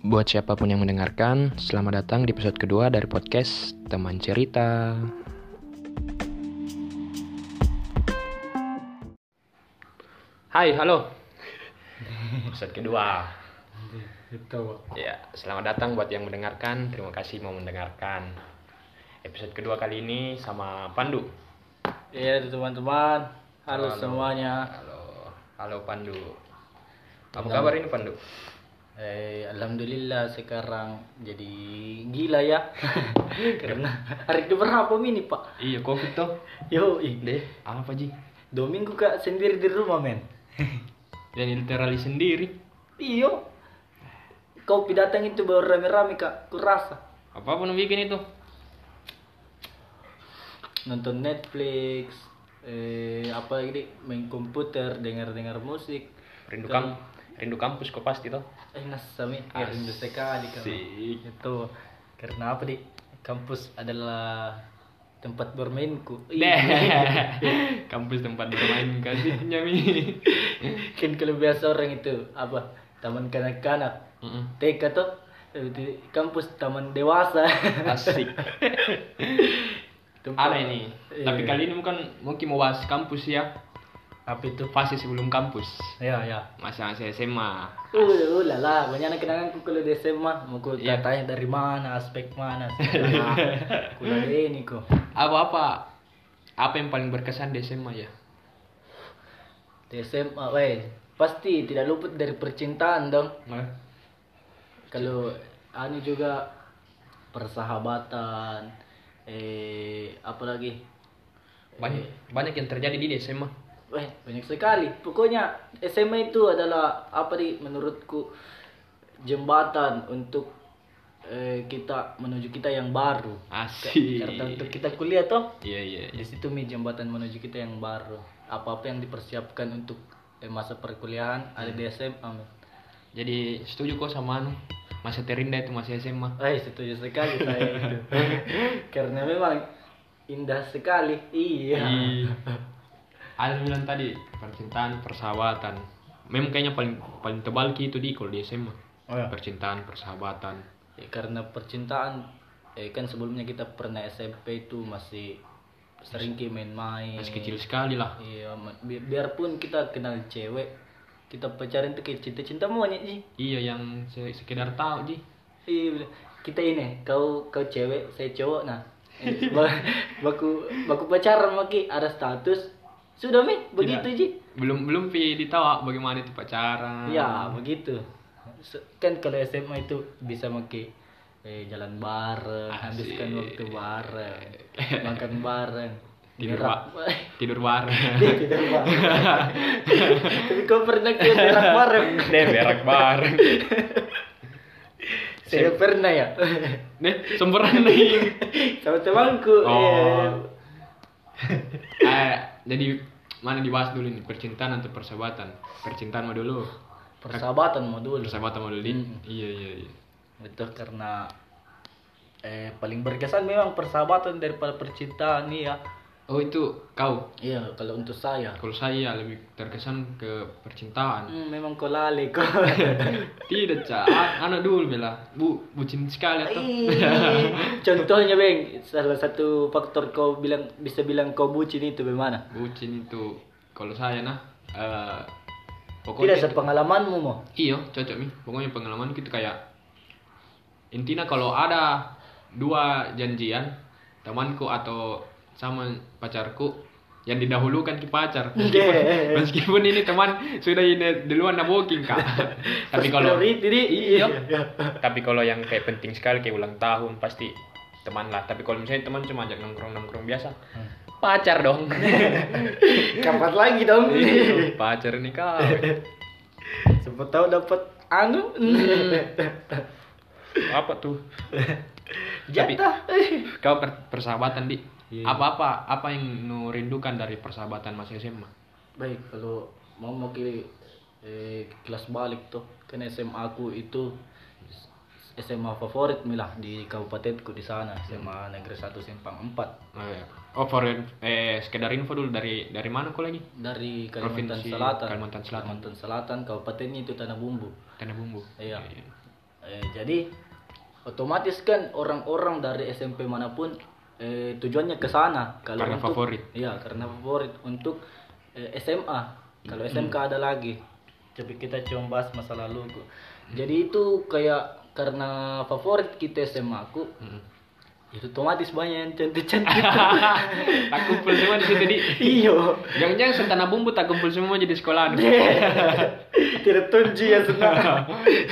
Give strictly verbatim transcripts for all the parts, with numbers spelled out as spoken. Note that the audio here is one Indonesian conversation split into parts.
Buat siapapun yang mendengarkan, selamat datang di episode kedua dari podcast Teman Cerita. Hai, halo. Episode kedua. Itu. Ya, selamat datang buat yang mendengarkan. Terima kasih mau mendengarkan. Episode kedua kali ini sama Pandu. Iya teman-teman. Halo, Halo. semuanya. Halo, halo Pandu. Apa Halo. kabar ini Pandu? Eh, alhamdulillah sekarang jadi gila ya. Karena hari ke berapa ini Pak? Iya, Covid tuh. Yo, ih, Deh, apa Ji? dua minggu kak sendiri di rumah men. Dan literally sendiri. Iyo. Kau datang itu baru rame-rame kak, kurasa. Apa pun bikin itu? Nonton Netflix, eh apa lagi main komputer, dengar-dengar musik. Rindu Kan- kam rindu kampus kok pasti toh. Eh nasami, ya rindu sekali kan. Asik. Itu karena apa di kampus adalah tempat bermainku. Deh. Kampus tempat bermain kasihnya Mi. Kan kalau biasa orang itu apa taman kanak-kanak, Mm-mm. T K tuh eh, di kampus taman dewasa. Asik. Tempat- Ada ini. Iya. Tapi kali ini bukan mungkin mau bahas kampus ya. apa itu? Fase sebelum kampus. Ya ya. Masa-masa S M A. Uh, uh lala, banyak kenanganku kalau di S M A. Mau ku Iya. tanya dari mana, aspek mana. Nah, kuliah ini kok. Apa-apa apa yang paling berkesan di S M A ya? Di S M A, weh, pasti tidak luput dari percintaan dong. Nah, Kalau anu juga persahabatan, eh apa lagi? banyak banyak yang terjadi di S M A. Weh, banyak sekali. Pokoknya S M A itu adalah apa di menurutku jembatan untuk eh, kita menuju kita yang baru. Asik. Karena untuk kita kuliah toh, Iya iya. di situ mi jembatan menuju kita yang baru. Apa-apa yang dipersiapkan untuk eh, masa perkuliahan ada di S M A. men. Jadi setuju kok sama anu. Masa terindah itu masih S M A. Eh, setuju sekali saya itu. Karena memang indah sekali. Iya. Iya. Ada bilang tadi percintaan, persahabatan. Memang kayaknya paling paling tebal gitu di kalau di S M A. Oh ya. Percintaan, persahabatan. Ya, karena percintaan eh kan sebelumnya kita pernah S M P itu masih sering ki main-main. Masih kecil sekali lah. Iya, ma- bi- biarpun kita kenal cewek, kita pacaran tuh kayak cinta-cinta monyet sih. Iya yang se- sekedar tahu Ji. Iya, bilang, kita ini kau kau cewek, saya cowok nah. Eh, ba- baku baku pacaran maki ada status. Sudah mi, begitu Tidak. Ji. Belum belum pi ditahu bagaimana itu pacaran. Ya, begitu. Se- Kan kalau S M A itu bisa maki eh, jalan bareng, Asik. habiskan waktu bareng, makan bareng. Tidur Berak- ba- tidur bareng. Tidur bareng. Tapi kau pernah ke berak bareng? Deh berak bareng. Saya pernah ya. Deh sembarangan nih. Sama temanku. Oh. eh, Eh, jadi mana dibahas dulu nih percintaan atau persahabatan? Percintaan mah dulu. persahabatan mau dulu. Persahabatan mah dulu. Di. Hmm. Iya iya iya. Betul karena eh paling berkesan memang persahabatan daripada percintaan nih ya. Oh itu kau. Iya, kalau untuk saya. Kalau saya lebih terkesan ke percintaan. Hmm, memang kau lali kau. Tidak cak. A- Anak dulu bela. Bu bucin sekali atau? Ih, Contohnya Bang, salah satu faktor kau bilang bisa bilang kau bucin itu bagaimana? Bucin itu kalau saya nah. eh Tidak pokoknya sepengalamanmu mo. iyo cocok mi. Pokoknya pengalaman gitu kayak intinya kalau ada dua janjian temanku atau sama pacarku yang didahulukan ke pacar meskipun, Yeah. meskipun ini teman sudah ini duluan na booking kak. Tapi kalau Priority di iya tapi kalau yang kayak penting sekali kayak ulang tahun pasti teman lah. Tapi kalau misalnya teman cuma ajak nongkrong nongkrong biasa pacar dong. Kapan lagi dong? Iya, pacar ini kau. Siapa tahu dapat anu. Apa tuh? Tapi Jatah. kau per- persahabatan di Iya. apa-apa apa yang nu rindukan dari persahabatan masa S M A? Baik, kalau mau mau ke eh, kelas balik tuh kan S M A aku itu S M A favorit milah di kabupatenku di sana, S M A Negeri satu Simpang empat. Oh, iya. Oh, for eh sekedar info dulu dari dari mana kau lagi? Dari Kalimantan Provinsi Selatan. Kalimantan Selatan. Kalimantan Selatan, kabupatennya itu Tanah Bumbu. Tanah Bumbu. Iya. Eh, jadi otomatis kan orang-orang dari S M P manapun eh, tujuannya ke sana. Kalau Karena untuk, favorit. Iya, karena favorit untuk eh, S M A. Kalau S M K ada lagi. Tapi kita cuma bahas masa lalu. Jadi itu kayak karena favorit kita S M A aku. Hmm. Itu otomatis banyak yang cantik-cantik. Tak kumpul semua di situ di. Iyo. Jangan-jangan sentana bumbu tak kumpul semua jadi sekolah. Tidak tunji ya senang.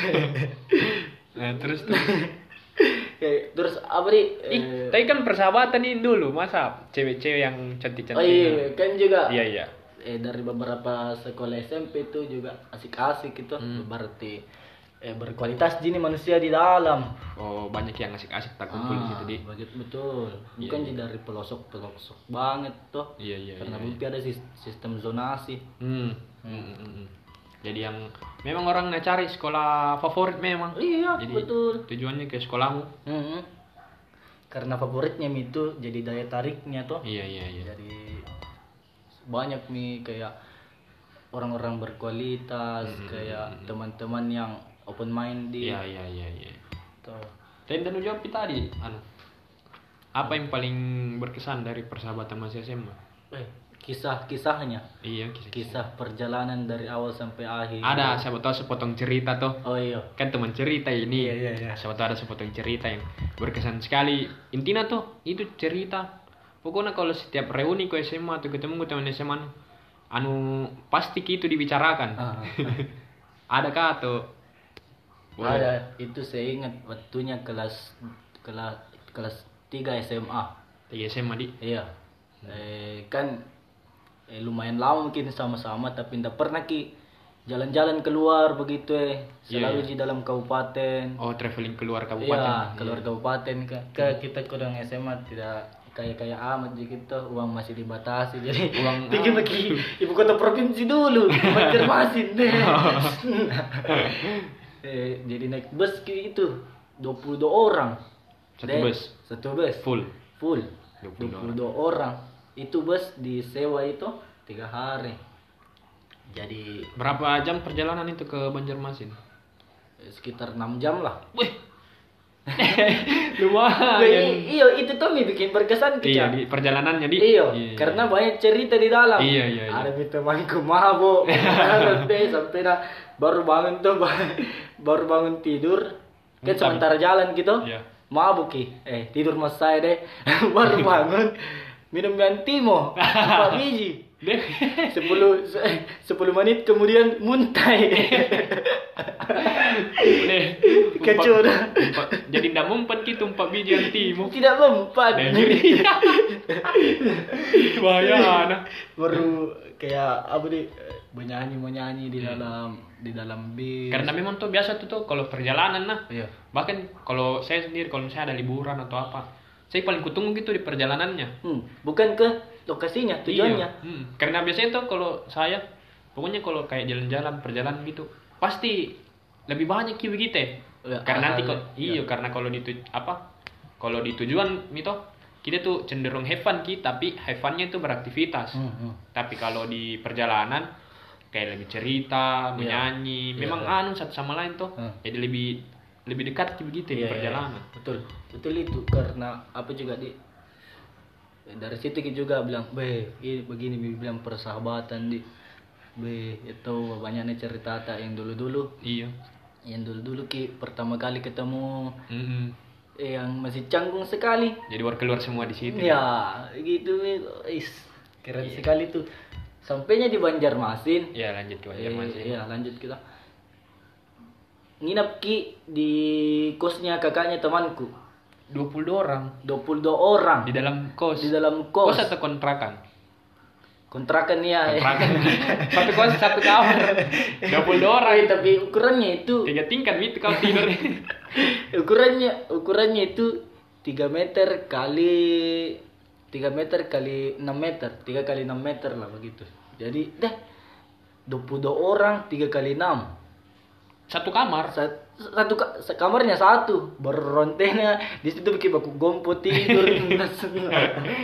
Nah, terus tuh. Kayak, terus apa nih? Ih, tapi kan persahabatan ini dulu, masa cewek-cewek yang cantik-cantik. Oh iya, kan juga. Iya, iya. Eh dari beberapa sekolah S M P itu juga asik-asik gitu. Hmm. Berarti eh berkualitas gini manusia di dalam. Oh, banyak yang asik-asik tak kumpul di situ di. Begitu betul. Bukan Iya, di dari pelosok-pelosok banget tuh. Iya, iya, Karena iya, bukti ada sis- sistem zonasi. Hmm. Hmm, hmm, hmm. Jadi yang memang orang cari sekolah favorit memang. Iya, Jadi betul. tujuannya ke sekolahmu. Hmm. Karena favoritnya itu jadi daya tariknya tuh. Iya, iya, iya. Jadi banyak nih kayak orang-orang berkualitas, Hmm, kayak hmm, hmm. teman-teman yang open minded. Iya, iya, iya, iya. Tuh. Dan dan jawab tadi, anu. Apa yang paling berkesan dari persahabatan masih S M A? Eh, kisah-kisahnya, Iya, kisah. kisah perjalanan dari awal sampai akhir. Ada, siapa tahu sepotong cerita tuh. Oh iya. Kan teman cerita ini. Iya, iya, iya. Siapa tahu ada sepotong cerita yang berkesan sekali. Intinya tuh itu cerita. Pokoknya kalau setiap reuni ke S M A atau ketemu ke teman S M A, anu, anu pasti itu dibicarakan. Ah, Adakah atau boleh? ada, itu saya ingat waktunya kelas kelas kelas tiga S M A. Di S M A di. Iya. Eh, kan eh, lumayan lama mungkin sama-sama tapi tidak pernah ki jalan-jalan keluar begitu eh. Selalu Iya, di dalam kabupaten. Oh, traveling keluar Iya, kabupaten. keluar kabupaten kan. Ke kita kurang S M A tidak kayak-kayak amat jadi gitu, uang masih dibatasi jadi Uang- tinggi bagi ibu kota provinsi dulu, Banjarmasin deh. eh, jadi naik bus ke itu dua puluh dua orang. Satu Deh, bus? Satu bus. Full. Full. dua dua puluh puluh dua orang. Itu bus disewa itu tiga hari. Jadi Berapa jam perjalanan itu ke Banjarmasin? eh, sekitar enam jam lah. Wih. Nah, Lumayan. i- iyo itu tuh mi bikin berkesan Iya, kita. di perjalanannya di. Iyo, karena banyak cerita di dalam. Iya, iya, iya. Ada mi temanku mabuk, sampai sampai dah baru bangun tuh ba- baru bangun tidur, kan Muntah. sementara jalan gitu, Iya. mabuk ki, eh tidur mas saya deh, baru bangun minum Yantimo empat biji. Deh. sepuluh se- sepuluh menit kemudian muntai. Deh. Kacau dah. Empat- Jadi ndak mempan gitu empat biji yang timo. Tidak mempan. Deh. Bahaya nah. Baru kayak apa nih menyanyi menyanyi di dalam di dalam bis. Karena memang tuh biasa tuh tuh kalau perjalanan nah. Iya. Bahkan kalau saya sendiri kalau misalnya ada liburan atau apa, saya paling kutunggu gitu di perjalanannya. Hmm, bukan ke lokasinya, tujuannya. Iya. Hmm. Karena biasanya tuh kalau saya pokoknya kalau kayak jalan-jalan perjalanan gitu pasti lebih banyak ki begitu. Ya, Karena nanti hal- kok iya karena kalau di tu- apa? Kalau di tujuan itu kita tuh cenderung have fun ki tapi have fun-nya itu beraktivitas. Hmm, hmm. Tapi kalau di perjalanan kayak lebih cerita, Iya. menyanyi, Iya, memang iya. anu satu sama lain tuh. Hmm. Jadi lebih lebih dekat ki begitu di Iya, iya, perjalanan. iya. Betul. Betul itu karena apa juga di dari situ kita juga bilang, "Be, ini begini Bi, bilang persahabatan di Be, itu banyaknya cerita tak yang dulu-dulu, Iya. yang dulu-dulu ki pertama kali ketemu Mm-mm. eh, yang masih canggung sekali." Jadi baru keluar semua di situ. Ya, gitu is keren Iya. sekali tuh. Sampainya di Banjarmasin. Ya lanjut ke Eh, Banjarmasin. iya, lanjut kita. Nginap ki di kosnya kakaknya temanku. dua puluh dua orang dua puluh dua orang di dalam kos. di dalam kos. Kos atau kontrakan? Kontrakan ya. Kontrakan. Satu kos satu kamar. dua puluh dua orang. Eh, tapi ukurannya itu Tiga tingkat itu kalau tidur. ukurannya ukurannya itu tiga meter kali tiga meter kali enam meter, tiga kali enam meter lah begitu. Jadi dah dua puluh dua orang tiga kali enam. Satu kamar. Sat- Satu ka- se- kamarnya satu, baru rontenya di situ bikin baku gompo tidur.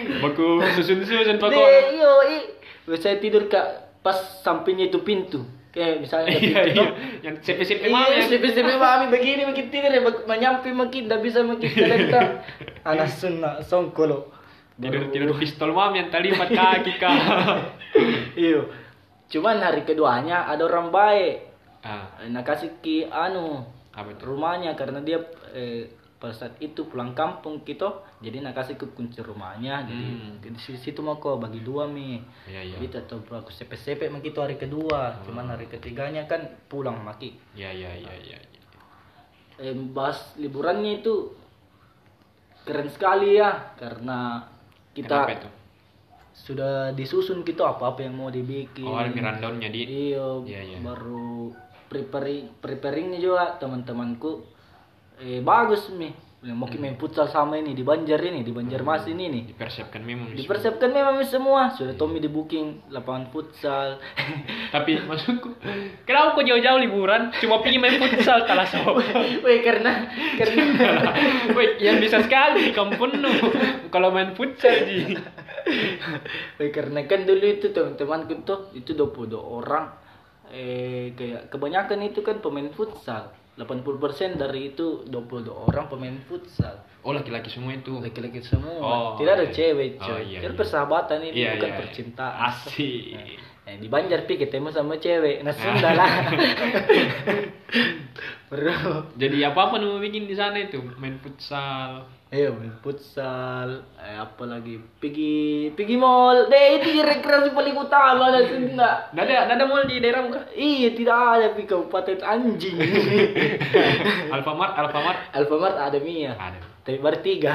Baku susun-susun Deh, pokoknya. iyo, i. Saya tidur kak pas sampingnya itu pintu. Kayak misalnya Iya gitu. iya. Yang sepi-sepi mami. Iya, yang- sepi-sepi mami begini makin tidur ya, menyampi makin, tidak bisa makin terlentang. Anak sunnah songkolo. Tidur tidur pistol mami yang tali empat kaki kak. Iya. Cuman hari keduanya ada orang baik. Ah, Nah kasih ki anu apa itu? rumahnya karena dia eh, pada saat itu pulang kampung gitu, jadi nak kasih ke kunci rumahnya, jadi Hmm. di situ mau kok bagi dua mi. Iya iya. Gitu atau aku sepet-sepet begitu hari kedua, cuman hari ketiganya kan pulang maki. Iya iya iya iya. Eh, bahas liburannya itu keren sekali ya, karena kita Kenapa itu? sudah disusun gitu apa-apa yang mau dibikin. Oh, ada rundown-nya di. Iya, Iya, iya. baru preparing preparingnya juga teman-temanku eh bagus nih. Mau Hmm. main futsal sama ini di Banjar ini, di Banjarmasin ini nih. Dipersiapkan memang. Dipersiapkan memang semua. Sudah Tommy di booking lapangan futsal. Tapi maksudku, kenapa kok jauh-jauh liburan? Cuma pergi main futsal kalah sob. Weh karena karena Woi, yang bisa sekali kamu penuh kalau main futsal di. Weh, karena kan dulu itu teman-temanku tuh itu dua puluh dua orang, eh kayak kebanyakan itu kan pemain futsal. delapan puluh persen dari itu dua puluh dua orang pemain futsal. Oh, laki-laki semua itu. Laki-laki semua. Oh, Tidak ada iya. cewek, Oh, coy. iya, Itu iya. persahabatan ini Iya, bukan iya. percintaan. Asik. Nah, di Banjar pi ketemu sama cewek. Nah, Sunda lah. Bro. Jadi apa-apa nu bikin di sana itu, main futsal. Ayo main futsal, eh, apa lagi? Pergi pergi mall. Deh itu rekreasi paling utama lah Sunda. Nggak ada, nggak ada mall di daerahmu kah? Iya, tidak ada di kabupaten anjing. Alfamart, Alfamart. Alfamart ada Mia. Ada. Tapi baru tiga.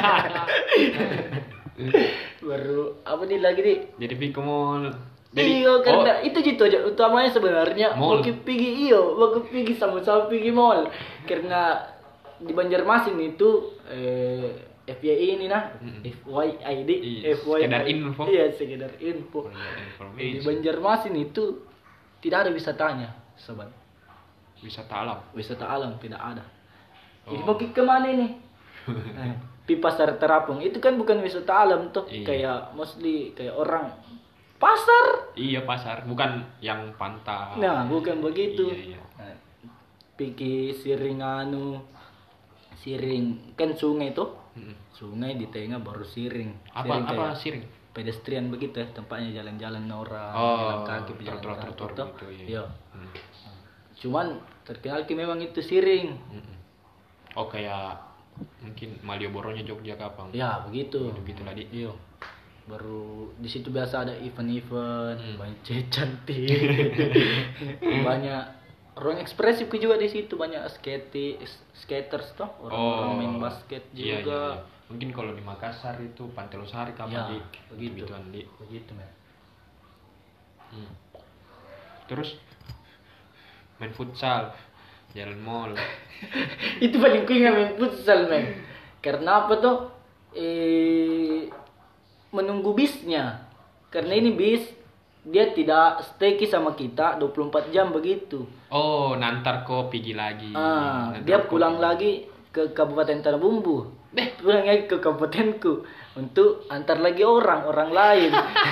Baru apa nih lagi nih? Jadi pergi ke mall. Iya, karena itu gitu aja utamanya sebenarnya. Mall. Mau pergi iyo, mau pergi sama-sama pergi mall. Karena di Banjarmasin itu eh, F Y I ini nah, Mm-mm. F Y I D, Iya, F Y I. sekedar info. Iya, sekedar info. For your Di information. Banjarmasin itu tidak ada wisatanya, sobat. Wisata alam. Wisata alam tidak ada. Ini Oh. mau ke mana ini? Eh, Pi pasar terapung itu kan bukan wisata alam tuh, Iya. kayak mostly kayak orang pasar. Iya, pasar, bukan yang pantai. Nah, bukan begitu. Iya, iya. Nah, Piki siring anu, siring kan sungai tuh, Mm-mm. sungai di tengah baru siring. Apa Siring apa kayak siring? pedestrian begitu ya, tempatnya jalan-jalan orang, Oh, jalan kaki, pejalan trotoar kaki trotoar tuh. gitu ya. Iya. Hmm. Cuman terkenal ki memang itu siring. Mm-mm. Oh, kayak mungkin Malioboro-nya Jogja kapan? Ya begitu. Gitu tadi. Iya. Baru di situ biasa ada event-event, Hmm. banyak cewek cantik, banyak orang ekspresif juga di situ, banyak skate skaters tuh, orang-orang main basket Iya, juga. iya, iya. Mungkin kalau di Makassar itu Pantai Losari kapan Ya, di begitu. Begituan, di. Begitu men. Hmm. Terus main futsal, jalan mall. Itu paling ku ingat main futsal men. Karena apa tuh? Eh menunggu bisnya. Karena ini bis dia tidak stay sama kita dua puluh empat jam begitu. Oh, nantar kok pergi lagi. Ah, Nantar dia kok pulang pergi. lagi ke Kabupaten Tanah Bumbu. Deh. Pulang lagi ke kabupatenku untuk antar lagi orang orang lain.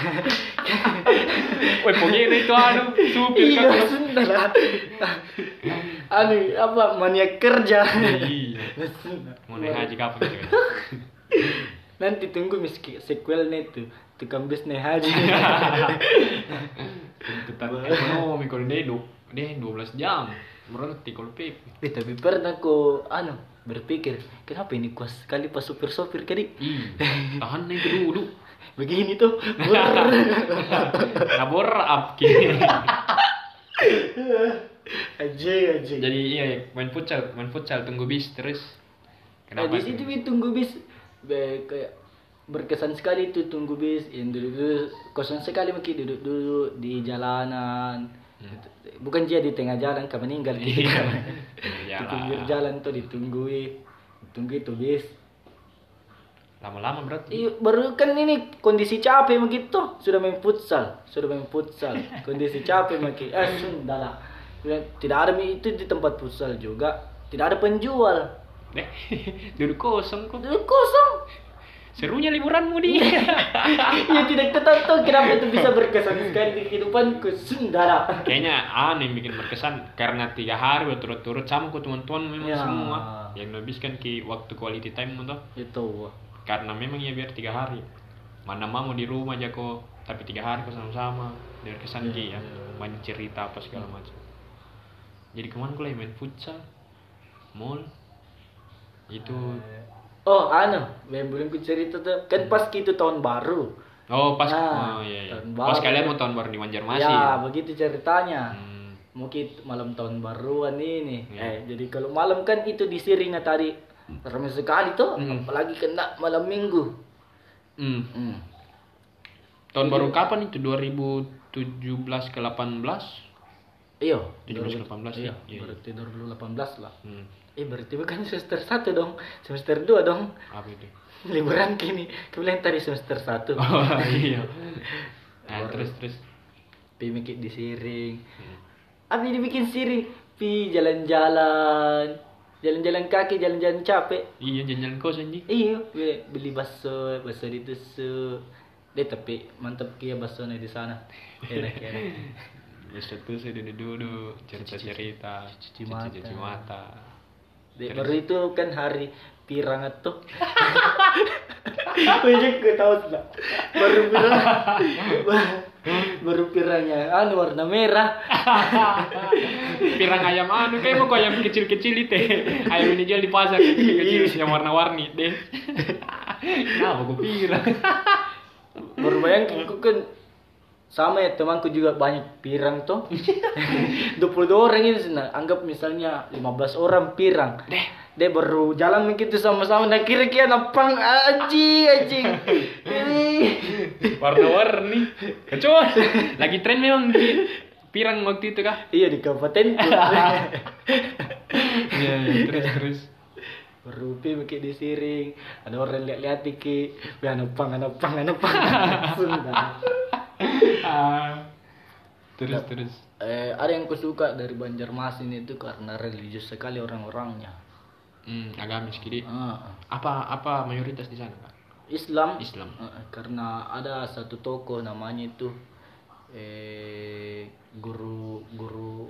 Woi, pokoknya itu anu, supir Iya, kan. Sunda lah. Anu apa maniak kerja. Iya. Mau naik haji kapan gitu? Nanti tunggu miski sequelnya itu tukang bis naik haji. Tetap ekonomi kalau dia hidup, dia dua belas jam. Berarti kalau pip. Eh, tapi pernah aku anu berpikir kenapa ini kuas sekali pas sopir-sopir kali. Ih, tahan nih itu dulu. Begini tuh. Ber. Nabor up kini. Aja aja. Jadi iya main futsal, main futsal tunggu bis terus. Nah, Kenapa? di situ tuh? Bi, tunggu bis Be, kayak berkesan sekali tuh tunggu bis yang duduk-duduk kosong sekali mungkin duduk-duduk di jalanan. Hmm. Bukan dia di tengah jalan kamu meninggal gitu. Iya. Di Iyalah. pinggir jalan tuh ditunggui. Tunggu itu bis. Lama-lama berarti. Iya, baru kan ini kondisi capek begitu. Sudah main futsal, sudah main futsal. Kondisi capek makin. Eh, sudah lah. Tidak ada itu di tempat futsal juga. Tidak ada penjual. Deh, duduk kosong kok. Duduk kosong. Serunya liburanmu di. Ya tidak tahu kenapa itu bisa berkesan sekali di kehidupanku Sundara. Kayaknya aneh yang bikin berkesan karena tiga hari berturut-turut sama ku teman-teman memang Ya. semua yang habiskan ki waktu quality time tuh. Itu. Karena memang ya biar tiga hari. Mana mau di rumah aja kok, tapi tiga hari kok sama-sama. Biar kesan ki ya, banyak cerita apa segala macam. Jadi kemana ku lagi main futsal, mall, itu. Oh, anu, yang belum ku cerita tuh kan pas itu tahun baru. Oh pas, Nah, oh iya, iya. tahun Pas baru. kalian mau tahun baru di Banjarmasin. Ya, begitu ceritanya. Hmm. Mungkin malam tahun baruan ini. Ya. Eh, jadi kalau malam kan itu di Sirina tadi ramai sekali tuh, Hmm. apalagi kena malam minggu. Hmm. Hmm. Tahun baru kapan itu? dua ribu tujuh belas ke delapan belas? Iya, tujuh belas ke delapan belas iya, ya? Iya, berarti dua ribu delapan belas lah. Hmm. Eh, berarti bukan semester satu dong, semester dua dong. Apa itu? Liburan kini, kemudian tadi semester satu. Oh iya. Nah, terus terus. Pi mikir di Siring. Hmm. Abi dibikin Siring, pi jalan-jalan, jalan-jalan kaki, jalan-jalan capek. Iya jalan kos anjing. Iya, be- beli bakso, bakso ditusuk. Deh tapi mantap kia bakso di sana. Enak enak. Ya satu saya duduk-duduk, cerita-cerita, Cuci mata. cuci mata. Dek, Terus? baru itu kan hari pirang tuh. Banyak gue tahu sudah. Baru pirang. Baru pirangnya anu warna merah. Pirang ayam anu kayak mau ayam kecil-kecil itu. Ayam ini jual di pasar kecil-kecil yang warna-warni deh. Kenapa gue pirang? Baru bayangkan aku kan sama ya temanku juga banyak pirang tuh. dua puluh dua orang ini nah, anggap misalnya lima belas orang pirang. Deh. Dia baru jalan begitu sama-sama dan kira-kira napang aji aji. Warna-warni. Kecuali lagi tren memang di pirang waktu itu kah? Iya di kabupaten. Iya, iya, terus terus. Berupi pakai di Siring. Ada orang lihat-lihat iki. Wah napang napang napang. Sunda. Ah. Terus terus. Eh, ada yang kusuka dari Banjarmasin itu karena religius sekali orang-orangnya. Hmm, agamis kiri. Ah, Apa apa mayoritas di sana, Kak? Islam. Islam. Ah, karena ada satu tokoh namanya itu eh guru guru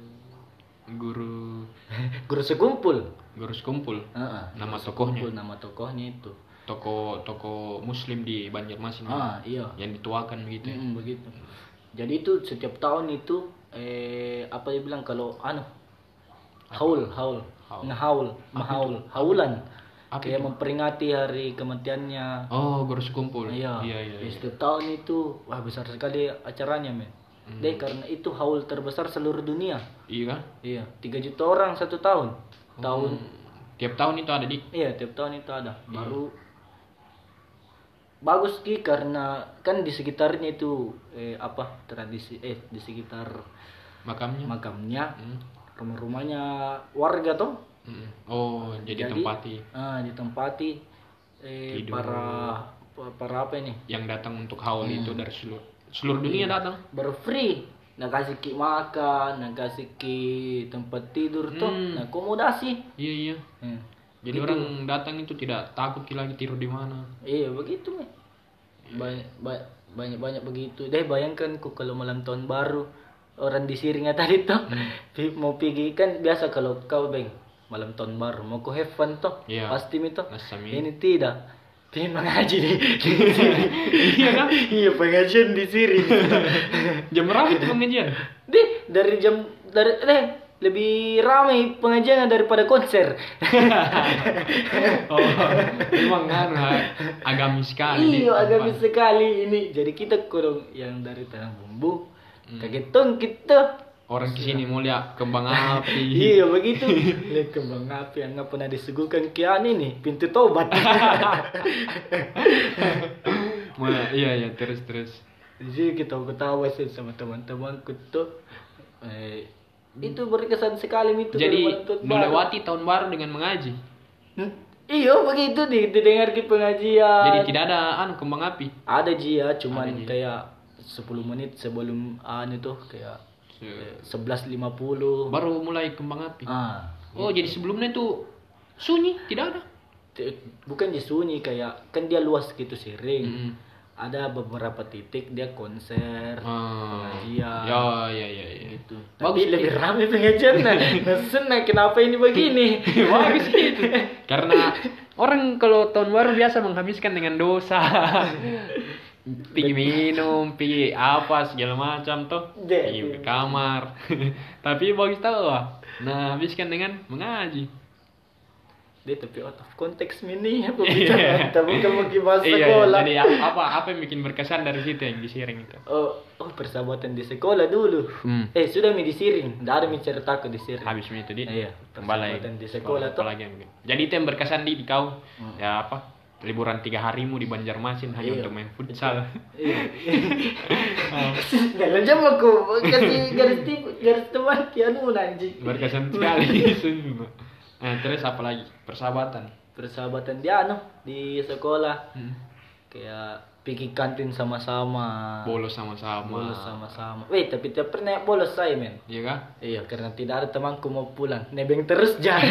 Guru guru sekumpul. guru sekumpul. Ah, ah, Nama guru tokohnya. sekumpul, nama tokohnya itu. Toko toko Muslim di Banjarmasin. Ah, iya. Yang dituakan begitu. Ya? Mm, begitu. Jadi itu setiap tahun itu eh apa dia bilang kalau anu haul haul Haul. ngehaul mahaul haulan Apa kayak itu? memperingati hari kematiannya. Oh, guru sekumpul. Iya. Iya, iya. Di iya. setiap tahun itu wah besar sekali acaranya men. Hmm. Deh karena itu haul terbesar seluruh dunia. Iya kan? Iya, tiga juta orang satu tahun. Tahun Hmm. Tiap tahun itu ada di. iya tiap tahun itu ada. Baru bagus ki karena kan di sekitarnya itu eh apa tradisi eh di sekitar Makamnya. makamnya Hmm. rumah-rumahnya warga tuh. Hmm. Oh, jadi, tempati ah ditempati eh Tidur. para para apa ini yang datang untuk haul Hmm. itu dari seluruh seluruh dunia datang. baru free nak kasih ki makan nak kasih ki tempat tidur tuh Hmm. nah akomodasi. Iya, iya. Hmm. Jadi Gitu. orang datang itu tidak takut lagi tidur di mana. Iya begitu men. Banyak ba- banyak banyak begitu. Deh bayangkan ku kalau malam tahun baru orang di Siringa tadi tuh pi- mau pergi kan biasa kalau kau beng malam tahun baru mau ku have fun tuh Iya. pasti itu. Nasami. Ini tidak. Dia mengaji di, di Iya kan? Iya pengajian di Siring. Jam berapa itu pengajian? Deh dari jam dari deh lebih ramai pengajian daripada konser. Oh, memang kan agamis sekali. Iya di agamis tempat. sekali ini. Jadi kita kurang yang dari tanah bumbu. Hmm. Kagetong kita. Orang kesini mau lihat kembang api. Iya begitu. Lihat kembang api yang nggak pernah disuguhkan kian ini pintu tobat. Mulai, iya iya terus terus. Jadi kita ketawa sih sama teman-temanku tuh. Eh, itu berkesan sekali itu. Jadi kalau malam tahun baru. melewati tahun baru dengan mengaji. Hmm? Iya begitu nih didengar di pengajian. Jadi tidak ada anu kembang api. Ada Jia cuman Ada, Ji. kayak sepuluh menit sebelum anu tuh kayak Se- sebelas lima puluh. Baru mulai kembang api. Ah. Oh, jadi sebelumnya itu sunyi, tidak ada. T- bukan disunyi, kayak kan dia luas gitu sih ring. Mm-mm. Ada beberapa titik dia konser, Ah. pengajian. Ya, ya, ya, ya. Gitu. Bagus Tapi lebih ramai pengajian nah. Nah, senang kenapa ini begini? Bagus itu. Karena orang kalau tahun baru biasa menghabiskan dengan dosa. Pergi minum, pergi apa segala macam tuh. Dek. Pergi ke kamar. Tapi bagus tahu lah. Nah, habiskan dengan mengaji. Dia tapi out of context mini apa bicara kita bukan mau bahas Iya, sekolah. jadi apa apa yang bikin berkesan dari situ yang disiring itu? Oh, oh persahabatan di sekolah dulu. Hmm. Eh sudah mi disiring, nggak ada mi ceritaku disiring. Habis itu di Iya, kembali persahabatan di sekolah apa tuh. lagi yang bikin? Jadi itu yang berkesan di, di kau Hmm. ya apa liburan tiga harimu di Banjarmasin hanya Iya. untuk main futsal. Iya. Jangan jam aku kasih garis tip garis teman kianu anjing. Berkesan sekali sungguh. Nah, terus apa lagi? Persahabatan. Persahabatan dia anu di sekolah Hmm. kayak pergi kantin sama-sama. Bolos sama-sama. Bolos sama-sama. Weh, tapi tidak pernah bolos saya, men. Iya kah? Iya, karena tidak ada temanku mau pulang. Nebeng terus jangan.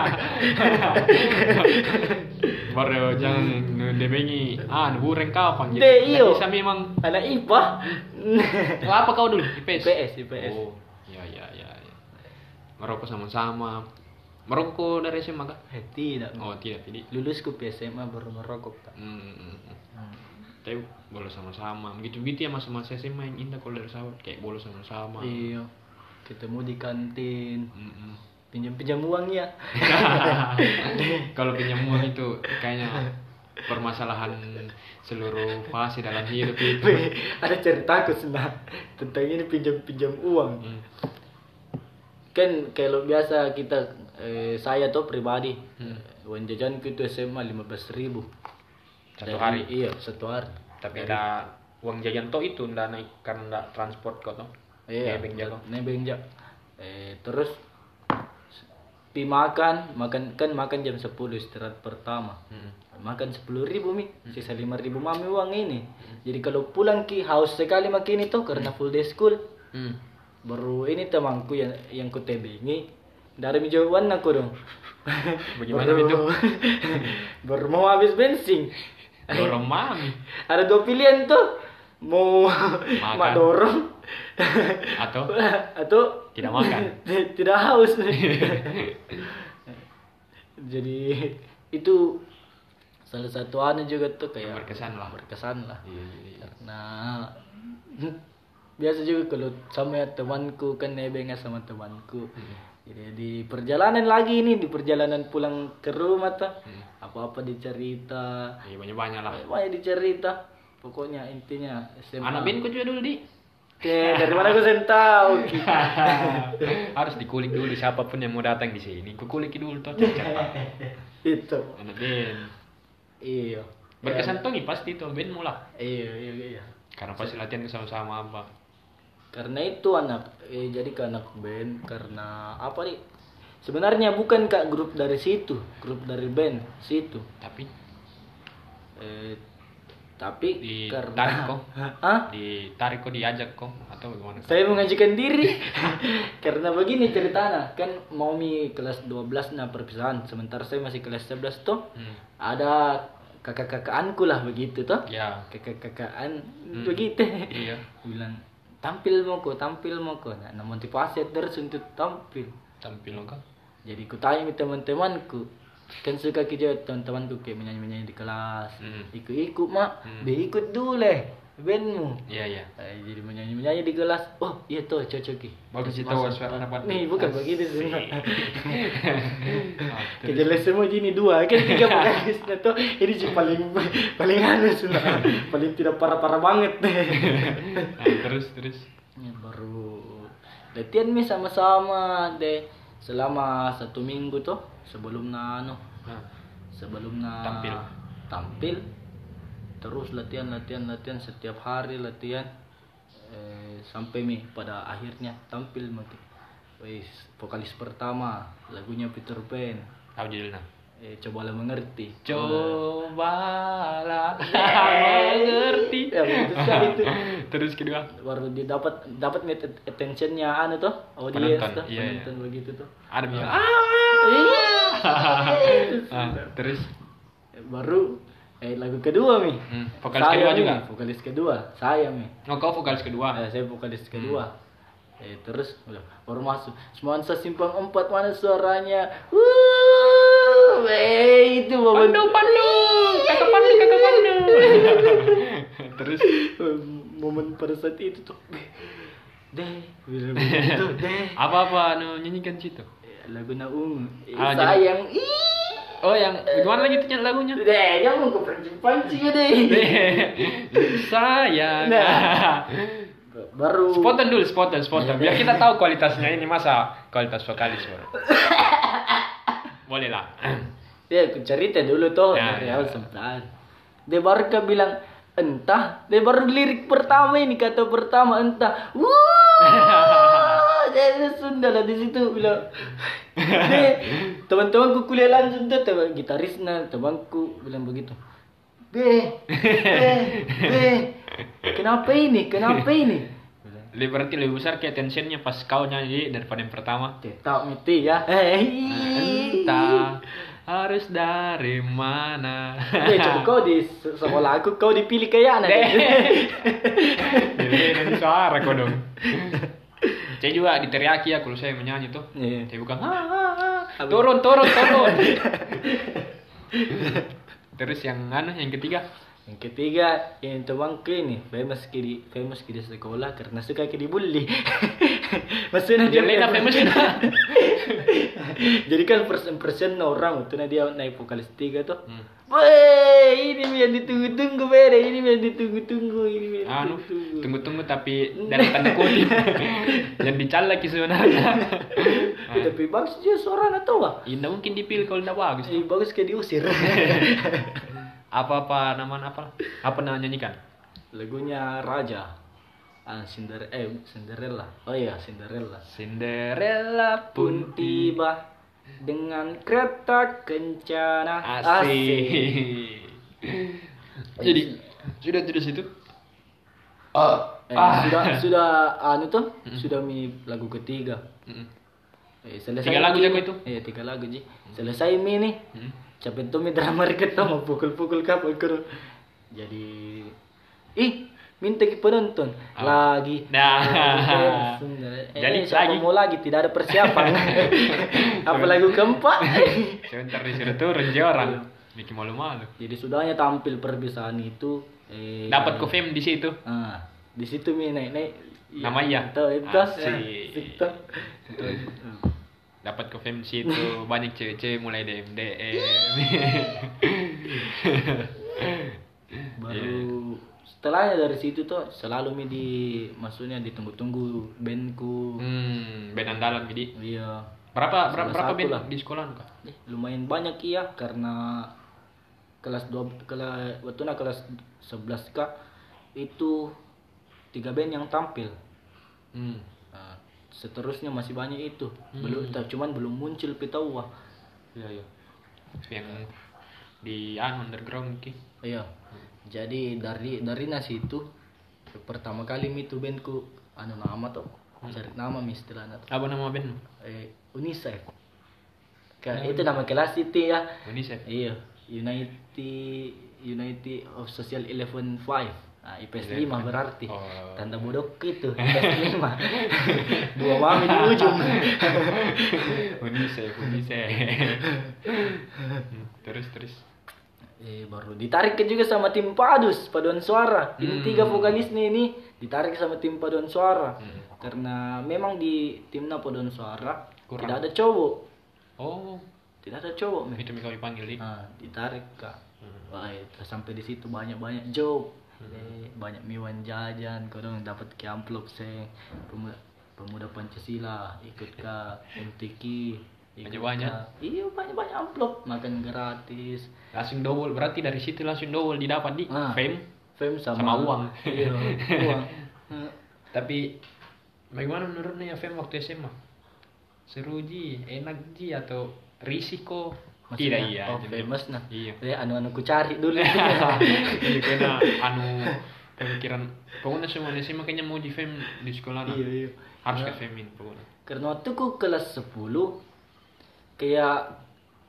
Baru jangan debengi ah bureng kapan gitu. Deh, Nggak iyo. bisa memang. Anak I P A. Oh, apa kau dulu? I P S. I P S, I P S. Oh, ya ya ya. ya. Merokok sama-sama. Merokok dari S M A kah? Eh, tidak. Oh, tidak, tidak. Lulusku P S M A baru merokok, Pak. Hmm. hmm, hmm. Tapi bolos sama-sama. Begitu-begitu ya masa-masa S M A yang indah kalau dari sahabat kayak bolos sama-sama. Iya. Ketemu di kantin. Mm-mm. Pinjam-pinjam uang ya. Kalau pinjam uang itu kayaknya permasalahan seluruh fase dalam hidup itu. Weh, ada ceritaku senang tentang ini pinjam-pinjam uang. Hmm. Kan kalau biasa kita eh, saya tuh pribadi Hmm. uang jajanku itu S M A lima belas ribu Satu hari? Iya, satu hari. Tapi ada uang jajan toh itu ndak naik karena ndak transport kok toh. Iya, Nebeng jago. nebeng jak. Eh, terus pi makan, makan kan makan jam sepuluh istirahat pertama. Hmm. Makan sepuluh ribu mi, sisa lima ribu mami uang ini. Jadi kalau pulang ki haus sekali makin itu karena full day school. Hmm. Baru ini temanku yang yang ku tebengi dari mi jawaban aku dong. Bagaimana Baru- itu? Baru mau habis bensin. Dorong mami Ada dua pilihan tuh. Mau Makan. mak dorong atau atau tidak makan. tidak haus. Jadi itu salah satu anu juga tuh kayak Berkesan lah. berkesan lah. Iya, iya, iya. Karena biasa juga kalau sama temanku kan nebengnya sama temanku. Hmm. Jadi di perjalanan lagi nih, di perjalanan pulang ke rumah tuh Hmm. apa-apa dicerita, Iya, banyak-banyak lah. banyak dicerita. Pokoknya intinya S M A. Anak band kok juga dulu di. Oke, dari mana gue sen tahu? Harus dikulik dulu siapapun yang mau datang di sini. Kukuliki dulu toh cocok. Itu. Anak band. Iya. Berkesan tuh nih pasti tuh band mula. Iya, iya, iya. Karena pasti latihan sama-sama apa. Karena itu anak eh, jadi ke anak band karena apa nih? Sebenarnya bukan kak grup dari situ, grup dari band situ. Tapi Eh, tapi ditarik karena kok. Hah? Ditarik kok diajak kok atau bagaimana? Saya mengajukan diri karena begini ceritanya kan mau mi kelas dua belas nah perpisahan sementara saya masih kelas sebelas tuh Hmm. ada kakak-kakaanku lah begitu tuh Ya. kakak-kakaan Hmm. begitu Iya. bilang tampil mau kok tampil mau kok nah, nah motivasi terus untuk tampil Tampil lo kan. jadi ku tanya sama teman-temanku kan suka kerja teman-temanku kayak menyanyi-menyanyi di kelas Hmm. ikut-ikut mak Hmm. be ikut dulu leh bandmu. Iya, iya. Eh, jadi menyanyi-menyanyi di kelas. Oh, iya tuh cocok ki. Bagus itu Masuk. suara dapat. Nih, bukan begitu sih. Ah, terus. Kejelas semua gini dua, kan tiga vokalis tuh. Ini sih paling paling aneh sudah. Paling tidak parah-parah banget. Ah, terus terus. Ya, baru latihan mi sama-sama deh selama satu minggu tuh sebelum nano Nah, sebelum na Tampil. tampil terus latihan latihan latihan setiap hari latihan eh, sampai mi pada akhirnya tampil mati wis vokalis pertama lagunya Peter Pan tahu judulnya. eh, cobalah mengerti Cobalah mengerti. ya begitu sekali itu Terus kedua. baru didapat dapat nih attentionnya anu tuh audiens Penonton, tuh iya, penonton begitu tuh Ada bilang. iya Ah, terus Baru eh lagu kedua mi. Hmm, vokalis Saya, kedua Mi. juga? Vokalis kedua, saya mi. Oh, kau vokalis kedua. Eh, saya vokalis kedua. Eh terus udah baru masuk. Semansa simpang empat mana suaranya? Wuh, eh itu momen. Pandu, Pandu, kakak Pandu, kakak Pandu. Terus momen pada saat itu tuh. Deh, bilang begitu deh. apa-apa anu nyanyikan situ. Lagu Naung. Eh, Ah, sayang. Ih. Oh, yang gimana lagi tuh lagunya? Deh, jangan kau pancing-pancing ya deh. Sayang. Nah. Baru Spontan dulu, spontan, spontan. Biar kita tahu kualitasnya ini masa kualitas vokalis baru. Boleh lah. ya aku cerita dulu tuh Ya, dari ya. awal sampai akhir. Dia baru kan bilang entah, dia baru lirik pertama ini kata pertama entah. Wuh, jadi Sunda lah di situ bilang. Deh, teman-temanku kuliah lanjut tuh, teman gitarisnya temanku bilang begitu. Be, be, be, kenapa ini, kenapa ini? Lebih berarti lebih besar kayak tensionnya pas kau nyanyi daripada yang pertama. Tetap miti ya. Eh, Entah harus dari mana. Eh, coba kau di se- sekolah aku kau dipilih kayak anak. Jadi nanti suara kau dong. Saya juga diteriaki ya kalau saya menyanyi tuh. Iya. Saya bukan "Ah, ah, ah." turun turun turun. Terus yang anu yang ketiga. Yang ketiga, yang temanku ini famous ke di famous ke di sekolah karena suka ke dibully. Maksudnya dia Jelena famous juga. Jadi kan persen persen orang waktu dia naik vokalis tiga tuh. Hmm. Woi, ini yang ditunggu-tunggu beda, ini yang ditunggu-tunggu, ini yang Anu, ditunggu. tunggu-tunggu tapi dalam tanda kutip. Yang dicalaki sebenarnya. Eh, Tapi bagus dia suara atau apa? Indah mungkin dipilih kalau tidak bagus. Eh, bagus kayak diusir. Apa-apa namanya apa? Apa nama nyanyikan? Lagunya Raja. Ah, Cinder eh Cinderella. Oh iya, Cinderella. Cinderella Pun tiba dengan kereta kencana. Asik. Jadi sudah sudah situ. Oh, eh, Ah. sudah sudah anu tuh, sudah mi lagu ketiga. Mm-mm. Eh, selesai Tiga lagu mi- jago itu? Iya, tiga lagu Ji. Selesai mi nih. Hmm. Capek tuh mi drama kita mau pukul-pukul kapal kur. Jadi ih, minta ke penonton Oh. lagi. Nah. Lagi. Eh, Jadi siapa lagi. mau lagi tidak ada persiapan. Apa lagu keempat? Sebentar disuruh turun je orang. Bikin malu-malu. Jadi sudahnya tampil perpisahan itu eh, Dapat ku fame di situ. Ah, di situ mi naik naik. Nama iya? Itu itu. Asik. Itu. Dapat ku fame di situ. Banyak cewek-cewek mulai D M D M. Baru setelahnya dari situ tuh selalu mi di maksudnya ditunggu-tunggu bandku. Hmm, band andalan jadi. Iya. Berapa berapa Salah berapa satu band lah. di sekolah kah? Eh, lumayan banyak iya karena kelas dua kelas waktu na kelas sebelas kak itu tiga band yang tampil. Hmm. Nah, seterusnya masih banyak itu. Hmm. Belum tak cuman belum muncul pitawa. Iya iya. Yang di anu underground ki. Iya. Jadi dari dari nasi itu pertama kali mi itu bandku anu nama tuh cari nama mi istilahnya tuh. Apa nama band? Eh, UNICEF. Ka, Oh, itu nama kelas itu ya. UNICEF. Iya, United United of Social Eleven Five. Nah, I P S lima berarti. Oh. Tanda bodoh itu, I P S lima. Dua mami di ujung. UNICEF, UNICEF. Hmm, terus terus. Eh, baru ditarik ke juga sama tim Padus, paduan suara. Ini Hmm. tiga vokalisnya ini ditarik sama tim paduan suara. Hmm. Karena memang di timnya paduan suara Kurang. tidak ada cowok. Oh, Tidak ada cowok. men. itu kami panggil di. Nah, ditarik kak. Hmm. Wah, itu sampai di situ banyak-banyak joke. Eh, banyak miwan jajan, kadang dapat ke amplop se pemuda, pemuda Pancasila ikut ke M T Q. ikut Banyak-banyak. ke- Iya, banyak-banyak amplop, makan gratis. Langsung double, berarti dari situ langsung double didapat di Ah. fame. Fame sama, Sama uang. Iya, uang. Eh, Tapi bagaimana menurutnya ya fame waktu S M A? Seru ji, enak ji atau risiko? maksudnya, Tidak iya. oh, jadi- famous nah. Iya. Ya, anu-anu ku cari dulu. Iya karena anu pemikiran pokoknya semua S M A kayaknya mau di fame di sekolah nah. Iya, iya. Harus Ya. ke fame pokoknya. Karena waktu ku kelas sepuluh kayak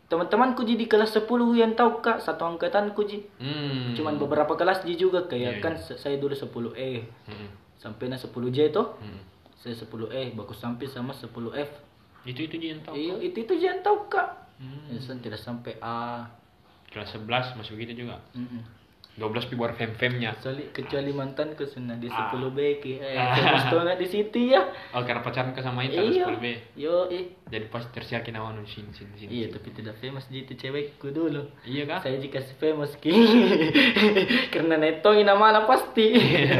teman-temanku Ji di kelas sepuluh yang tahu Kak, satu angkatanku Ji. Hmm. Cuman beberapa kelas Ji juga kayak Iya, kan iya. se- saya dulu sepuluh E. Mm-mm. Sampai na sepuluh J toh. Mm-mm. Saya sepuluh E bagus sampai sama sepuluh F. Itu itu dia yang tahu. Iya, itu itu Ji yang tahu Kak. Hmm. Ya, saya tidak sampai A. Kelas sebelas masuk gitu juga. Mm-mm. dua belas pi baru fem-femnya. Kecuali, kecuali mantanku sudah di Ah. sepuluh B ki. Eh, terus tuh nggak di situ ya. Oh, karena pacaran ke sama itu Iya. sepuluh B. Yo, eh. Jadi pas tersiakin awan sini sini sini. Iya, tapi tidak famous Ji itu cewekku dulu. Iya kah? Saya jika si famous ki. Karena netongin nama anak pasti.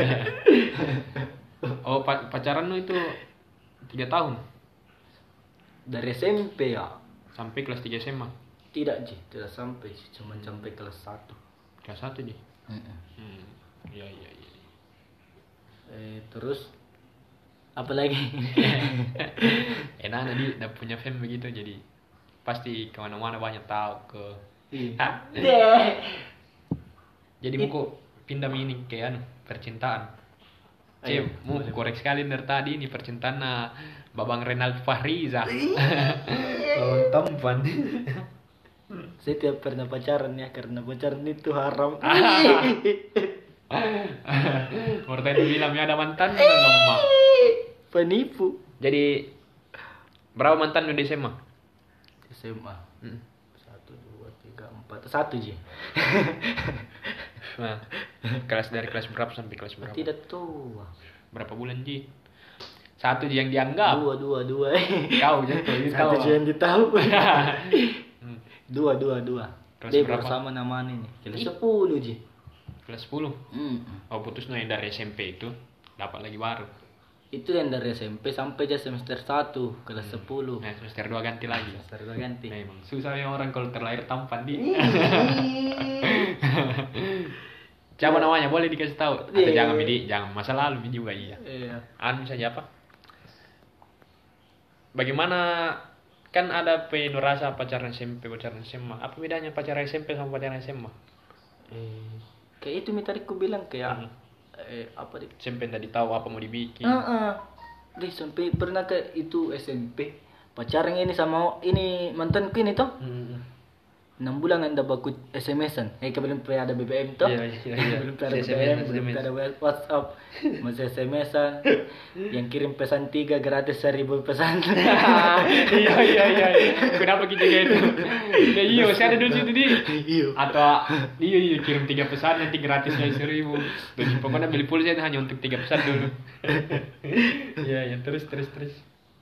Oh, pa- pacaran lu itu tiga tahun Dari S M P ya. sampai kelas tiga S M A. Tidak Ji, tidak sampai sih, cuma sampai kelas satu. Kelas satu nih. Mm-mm. Hmm. Iya iya iya. Eh, terus apa lagi? Enak nanti udah punya fam begitu jadi pasti kemana-mana banyak tahu ke. Iya. Deh. Jadi mau pindah ini ke anu percintaan. Ayo, Cem, mau korek sekali dari tadi ini percintaan nah, Babang Renald Fahriza. Oh, tampan. Saya tidak pernah pacaran ya, karena pacaran itu haram. Morten bilang ya ada mantan lemah. Penipu. Jadi berapa mantan lu di S M A? S M A. Hmm. Satu, dua, tiga, empat. Satu Ji. Nah, kelas dari kelas berapa sampai kelas berapa? Tidak tua. Berapa bulan Ji? Satu Ji yang dianggap. Dua, dua, dua. Kau jatuh itu Satu Ji yang ditahu. Hmm. Dua, dua, dua. Kelas Dia berapa? bersama namanya nih. Kelas sepuluh Ji. Kelas sepuluh. Hmm. Oh, putus yang dari S M P itu dapat lagi baru. Itu yang dari S M P sampai aja semester satu, kelas sepuluh. Nah, semester dua ganti lagi. Semester dua ganti. Memang susah ya orang kalau terlahir tampan di. Siapa namanya? Boleh dikasih tahu? Atau Iya. jangan Midi, jangan masa lalu Midi juga iya. Iya. Anu saja apa? Bagaimana kan ada penurasa pacaran S M P, pacaran S M A. Apa bedanya pacaran S M P sama pacaran S M A? Eh, kayak itu nih tadi ku bilang kayak Hmm. eh apa di S M P tadi tahu apa mau dibikin. Heeh. Deh sampai pernah ke itu S M P pacaran ini sama ini mantanku ini toh. Hmm. enam bulan anda baku S M S-an. Eh belum pernah ada B B M toh. Iya, iya, iya. belum pernah ada S M S, B B M, belum S M S. pernah ada WhatsApp. Masih S M S-an. Yang kirim pesan tiga gratis seribu pesan. Iya iya iya. Kenapa kita kayak itu? Ya iya, saya ada dulu situ di. Iya. Atau iya iya kirim tiga pesan nanti gratis dari seribu. Jadi pokoknya beli pulsa itu hanya untuk tiga pesan dulu. Iya iya terus terus terus.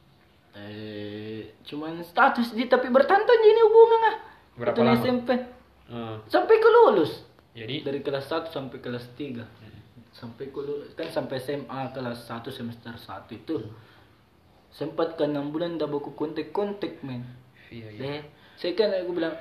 Eh cuman status di tapi bertahun ini hubungan ah. Berapa Itu lama? S M P. Hmm. Sampai ke lulus. Jadi Dari kelas satu sampai kelas tiga. Sampai ke lulus kan sampai S M A kelas satu semester satu itu. Sempat kan enam bulan dah buku kontak-kontak men. iya iya. Deh, saya kan aku bilang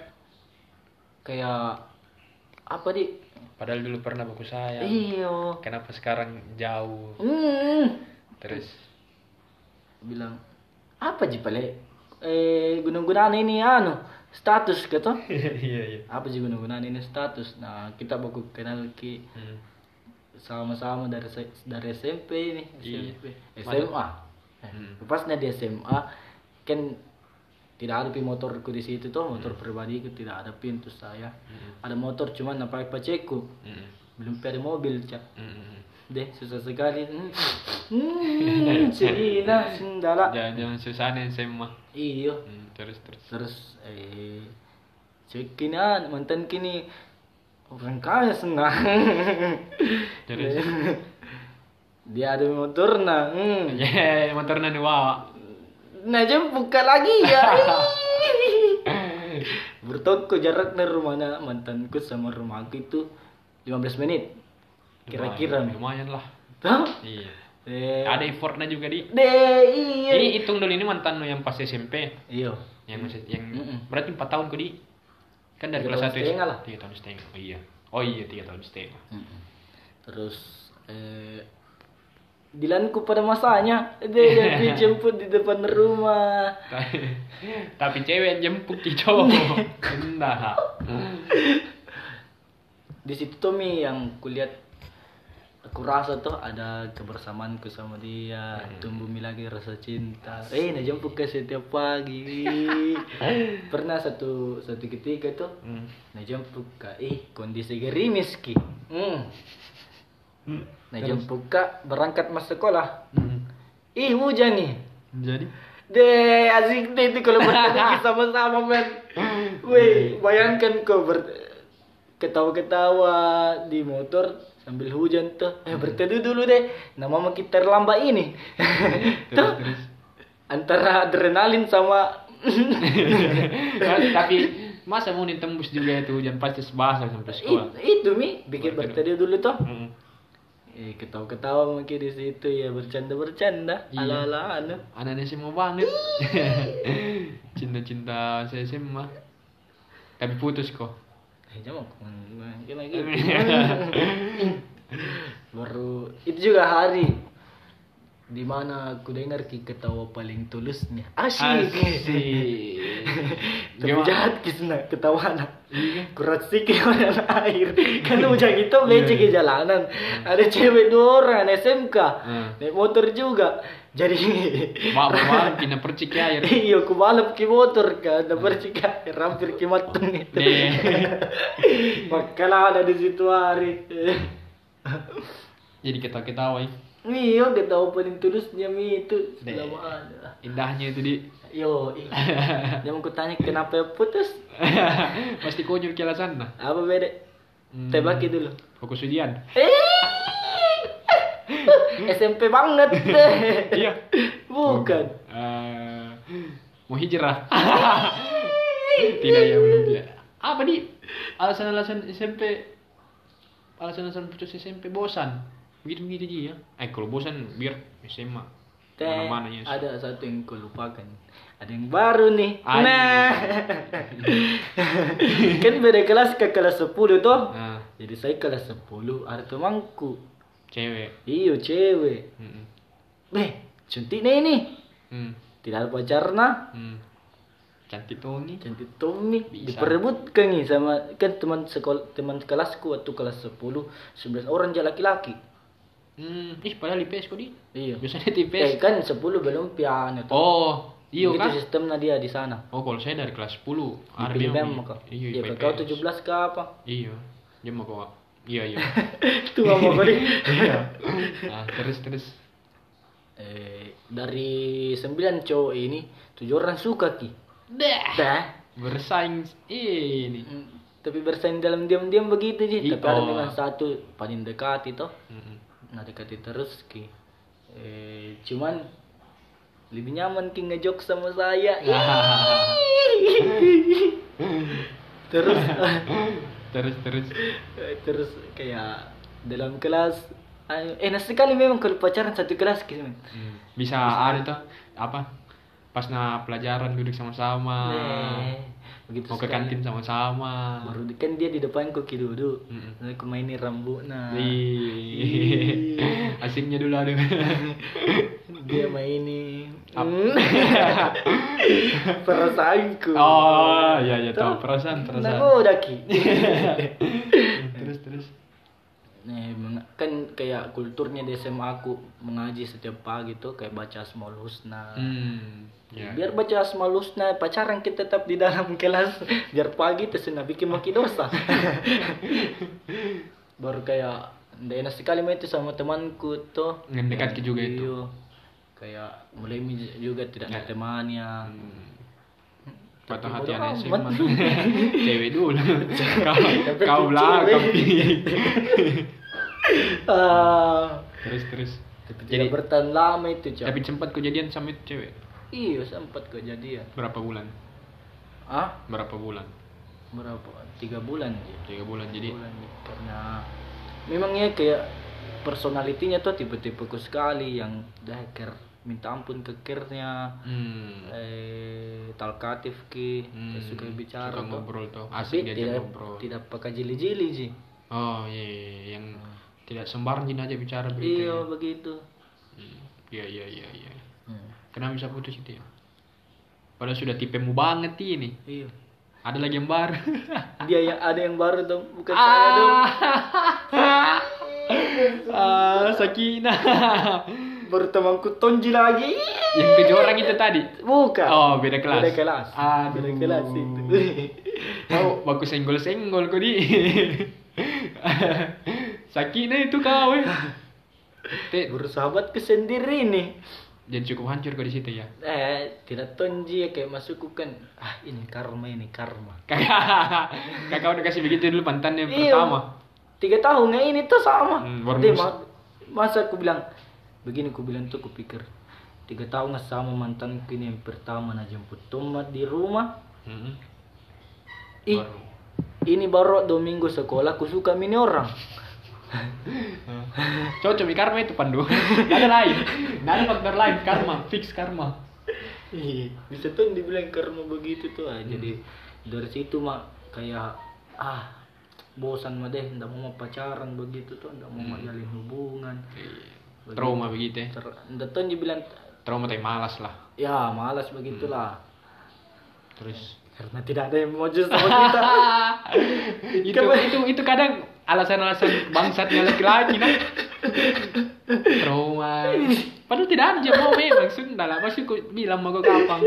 kayak apa di? Padahal dulu pernah baku saya. Iyo. Kenapa sekarang jauh? Hmm. Terus Bilang apa sih pale? Eh guna-gunaan ini anu status gitu. iya iya. Apa sih guna-gunaan ini status? Nah kita baku kenal ki Hmm. sama-sama dari se- dari S M P ini S M P Iya. S M A eh, Hmm. pasnya di S M A kan tidak ada pi motorku di situ tuh motor pribadiku tidak ada pintu saya Hmm. ada motor cuman nampak paceku Hmm. belum ada mobil cak Hmm. deh susah sekali hmm hmm Serina sendala Jangan-jangan susah nih S M A. iyo Hmm. Terus terus. terus eh cek kini ah, mantan kini orang kaya senang Terus. dia ada motor nah hmm. Ya, motornya nih bawa. Nah jemput lagi ya. Bertoko jarak dari rumahnya mantanku sama rumahku itu lima belas menit. Kira-kira nih. Lumayan lah. Tahu? Iya. Eh, Ada effortnya juga di. deh iya. Ini hitung dulu ini mantan lo yang pas S M P, Iya. yang masih yang Mm-mm. berarti empat tahun kok di. Kan dari Tiga kelas tahun satu setengah lah. tiga tahun setengah. Oh iya. Oh iya tiga tahun setengah. Mm-mm. Terus eh Dilanku pada masanya dia dijemput di depan rumah. Tapi cewek yang jemput di cowok. Enggak. Di situ Tommy yang kulihat aku rasa tuh ada kebersamaanku sama dia, Hmm. tumbuh mi lagi rasa cinta. Eh, nah jemput ke setiap pagi. Pernah satu satu ketika tuh, Hmm. nah jemput ke, eh kondisi gerimis ki. Hmm. Nah jemput ke berangkat mas sekolah. Hmm. Ih hujan nih. Jadi Deh, asik deh itu kalau bertemu sama-sama men. Weh, bayangkan kau ber ketawa-ketawa di motor sambil hujan tuh. Eh berteduh dulu deh. Nama mama kita terlambat ini. terus Tuh, terus. antara adrenalin sama Tapi masa mau ditembus juga itu hujan pasti basah sampai sekolah. It- itu mi bikin berteduh dulu tuh. Hmm. Eh ketawa-ketawa mungkin di situ ya bercanda-bercanda Iya. ala-ala anu. Anak-anak S M A banget. Cinta-cinta saya S M A. Tapi putus kok. Eh jangan mungkin lagi. Baru itu juga hari di mana aku dengar ki ketawa paling tulusnya. Asyik. Asik. Tapi Gimana? jahat kisna ketawa anak. Iya. Kurat sih kayak air. Kan hujan itu leceh ke jalanan. Ada cewek dua orang S M K. Hmm. Naik motor juga. Jadi Bawa kena percik air. iya, aku balap ke motor kan, ada percik air, hampir ke matung itu. Deh. Makalah ada di situ hari. Jadi ketawa-ketawa. ya. Iya, gak tahu paling tulusnya mi itu Deh. selama ada. Indahnya itu di. Yo, dia mau kutanya kenapa putus? Pasti konyol ke alasan nah. Apa beda? Hmm. Tebaki dulu. Fokus ujian. S M P banget. Iya. Bukan. Eh, mau hijrah. Tidak ya belum ya. Apa di alasan-alasan S M P? Alasan-alasan putus S M P bosan. Begitu-begitu aja ya. Eh kalau bosan biar S M A. Teh, Mana-mana ya. ada satu yang kau lupakan. Ada yang baru nih. Anjing. Nah. Kan beda kelas ke kelas sepuluh toh. Nah, Jadi saya kelas sepuluh, ada temanku. cewek. Iyo cewek. Mm-mm. Beh, cantik nih ini. Hmm. Tidak ada pacarnya. Hmm. Cantik tuh nih. Cantik Tommy. Bisa. Diperebutkan nih sama kan teman sekolah teman kelasku waktu kelas sepuluh, sebelas orang aja laki-laki. Hmm. Ih, padahal I P S kok di. Iya. Biasanya di I P S. Eh kan sepuluh belum piano toh. Oh, iya Begitu kan? sistemnya dia di sana. Oh, kalau saya dari kelas sepuluh. Ada Dipilih dia memang mau- kok. Iya, Iya, I P S. kau tujuh belas ke apa? Iya. Dia mau kok. Iya, iya. Tua mau kau nih. Iya. Nah, terus terus. Eh, dari sembilan cowok ini tujuh orang suka ki. Dah. Dah. Bersaing ini. Mm, Tapi bersaing dalam diam-diam begitu sih. I- Tapi ada oh. memang satu paling dekat itu. Mm-mm. Nah dekati terus ki. Eh, cuman lebih nyaman ki ngejok sama saya. terus terus terus. eh, terus kayak dalam kelas eh, enak sekali memang kalau pacaran satu kelas ki. men. Hmm. Bisa ada tuh apa? Pas na pelajaran duduk sama-sama. Eh, begitu Mau ke sekali. kantin sama-sama. Baru di- kan dia di depanku ki duduk. Mm-mm. Nah, aku mainin rambutnya. Ih. Asiknya dulu ada. Dia mainin. Ap- Hmm. Perasaanku. Oh, iya iya tahu perasaan perasaan. Nah, udah ki. terus terus. Nih, meng- kan kayak kulturnya di S M A aku mengaji setiap pagi tuh kayak baca Asmaul Husna. Hmm. Ya. Biar baca Asmaul Husna, pacaran kita tetap di dalam kelas. Biar pagi terus bikin makin dosa. Baru kayak nggak enak sekali mah itu sama temanku tuh. Ngedekat ke juga itu. Iya. Kayak mulai mi- juga tidak ada temannya. Hmm. Patah Tapi hati bodo aneh sih, amat. man. Cewek dulu. kau Tapi kau tuh belakang. Ah, terus terus. tapi Jadi tidak bertahan lama itu, Cak. tapi sempat kejadian sama itu cewek. Iya, sempat kejadian. Berapa bulan? Ah, Berapa bulan? berapa? Tiga bulan sih. Tiga bulan. Jadi Bulan, karena memangnya kayak personalitinya tuh tipe-tipeku sekali yang dah ker minta ampun ke kernya, hmm. eh talkatif ki, Hmm. suka bicara Suka tuh. ngobrol tuh. Tapi Asik diajak tidak ngobrol. tidak pakai jili-jili sih. Oh iya, iya, iya. Yang tidak sembarang aja bicara begitu. Iya ya. begitu. Hmm. Iya iya iya iya. Hmm. Kenapa bisa putus itu ya? Padahal sudah tipemu banget ini. Iya. Ada lagi yang baru. Dia yang ada yang baru dong, bukan saya dong. ah. Ah, Sakinah. Baru temanku Tonji lagi. Yang tujuh orang itu tadi. Bukan. Oh, beda kelas. Beda kelas. Aduh. Beda kelas itu. Kau bagus senggol-senggol kau di. Sakinah itu kau eh. Te, Bersahabat ke sendiri nih. jadi cukup hancur kau di situ ya. Eh, tidak Tonji ya kayak masukku kan. Ah, ini karma ini karma. Kakak, kakak udah kasih begitu dulu mantannya yang Iya. pertama. Tiga tahun ya ini tuh sama. Hmm, baru Dia mus- ma- masa aku bilang begini, aku bilang tuh aku pikir tiga tahun nggak sama mantanku ini yang pertama nah jemput tomat di rumah. Mm-mm. Ih, Baru. ini baru dua minggu sekolah aku suka mini orang. Cocok mi karma itu Pandu. Nggak ada lain. Nggak ada faktor lain, karma, fix karma. Iya, bisa tuh dibilang karma begitu tuh. Ah, jadi dari situ mah kayak ah bosan mah deh, nggak mau pacaran begitu tuh, nggak mau jalin hubungan. Begitu. Trauma begitu ya. Ter- nggak tuh dibilang Trauma tapi malas lah. ya malas begitulah. Terus Karena tidak ada yang mau just sama kita. itu itu itu kadang alasan-alasan bangsatnya laki-laki nah. Trauma. Padahal tidak ada dia mau memang sudah lah. Pasti ku bilang mau ke kapang.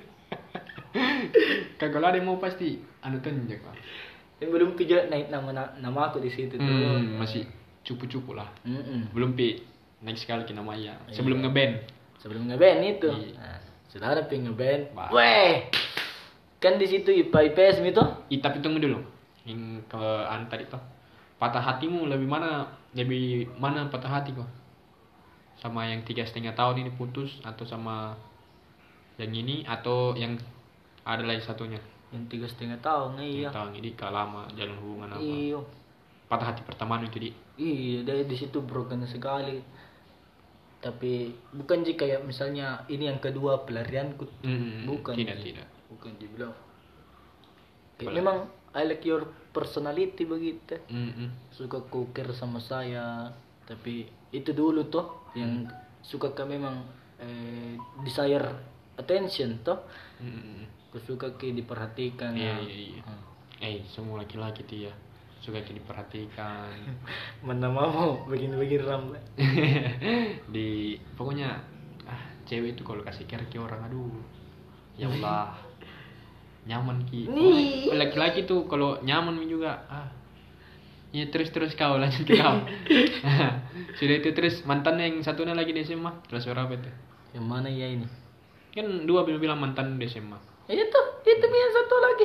Kagak ada yang mau pasti anu tunjuk Pak. Yang belum pijat naik nama nama aku di situ tuh. Hmm, masih cupu-cupu lah. Mm-mm. Belum pi naik sekali ke namanya. Sebelum ngeband. Sebelum ngeband itu. Iya. Nah, sudah ada ping ngeband. Wah. Weh. Kan di situ I P A I P S itu. Ih, tapi tunggu dulu. Yang ke antar itu. Patah hatimu lebih mana? Lebih mana patah hati kok? Sama yang tiga setengah tahun ini putus atau sama yang ini atau yang ada lagi satunya? Yang tiga setengah tahun iya. Tiga tahun ini kak lama jalan hubungan apa? Iyo. Patah hati pertama itu di. Iya, dari di situ broken sekali. Tapi bukan jika kayak misalnya ini yang kedua pelarianku. Hmm, Bukan. Tidak Ji. tidak. Bukan dibilang. Kayak Boleh. memang I like your personality begitu. Mm-mm. Suka kuker sama saya, tapi itu dulu tuh yang suka ke memang eh, desire attention toh. Mm-mm. Aku suka ke diperhatikan. Iya nah. iya iya. Hmm. Eh semua laki-laki tuh ya suka kayak diperhatikan. Mana mau begini-begini rambut. Di pokoknya ah cewek itu kalau kasih care ke orang aduh ya Allah nyaman ki. Nih. Oh, laki-laki tuh kalau nyaman juga ah ya terus terus kau lanjut ke kau. Sudah itu terus mantannya yang satunya lagi di S M A kelas berapa itu? Yang mana ya ini? Kan dua bilang-bilang mantan di S M A. Itu, itu yang satu lagi.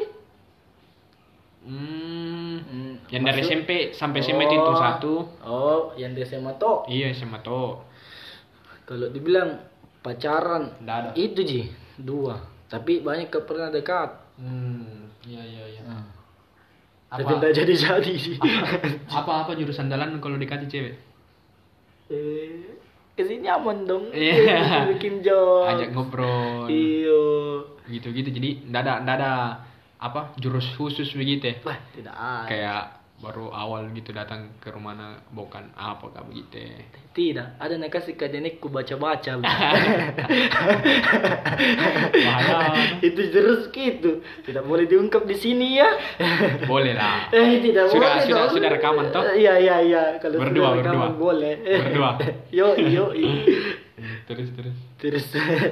Hmm, Hmm, yang dari maksud- S M P sampai S M A itu satu. Oh, yang di S M A toh. Iya S M A tuh. Kalau dibilang pacaran, Nggak ada. itu Ji, dua. Tapi banyak ke pernah dekat. Hmm, iya iya iya. Hmm. Apa- Tapi tidak jadi-jadi sih. Apa apa jurusan andalan kalau dekati cewek? eh, kesini nyaman dong. Iya. Bikin job. Ajak ngobrol. Iyo. Gitu-gitu jadi ndak ada ndak ada apa jurus khusus begitu ya. Wah, tidak ada. Kayak baru awal gitu datang ke rumah bukan apa kah begitu ya. Tidak, ada nak kasih ke denekku baca-baca. Bahaya. Itu terus gitu. Tidak boleh diungkap di sini ya. Boleh lah. Eh, tidak Sudah- boleh. sudah- dong. sudah rekaman toh? Iya, iya, iya. Kalau Berdua, sudah rekaman berdua. boleh. Berdua. Yo, yo. Terus terus. Terus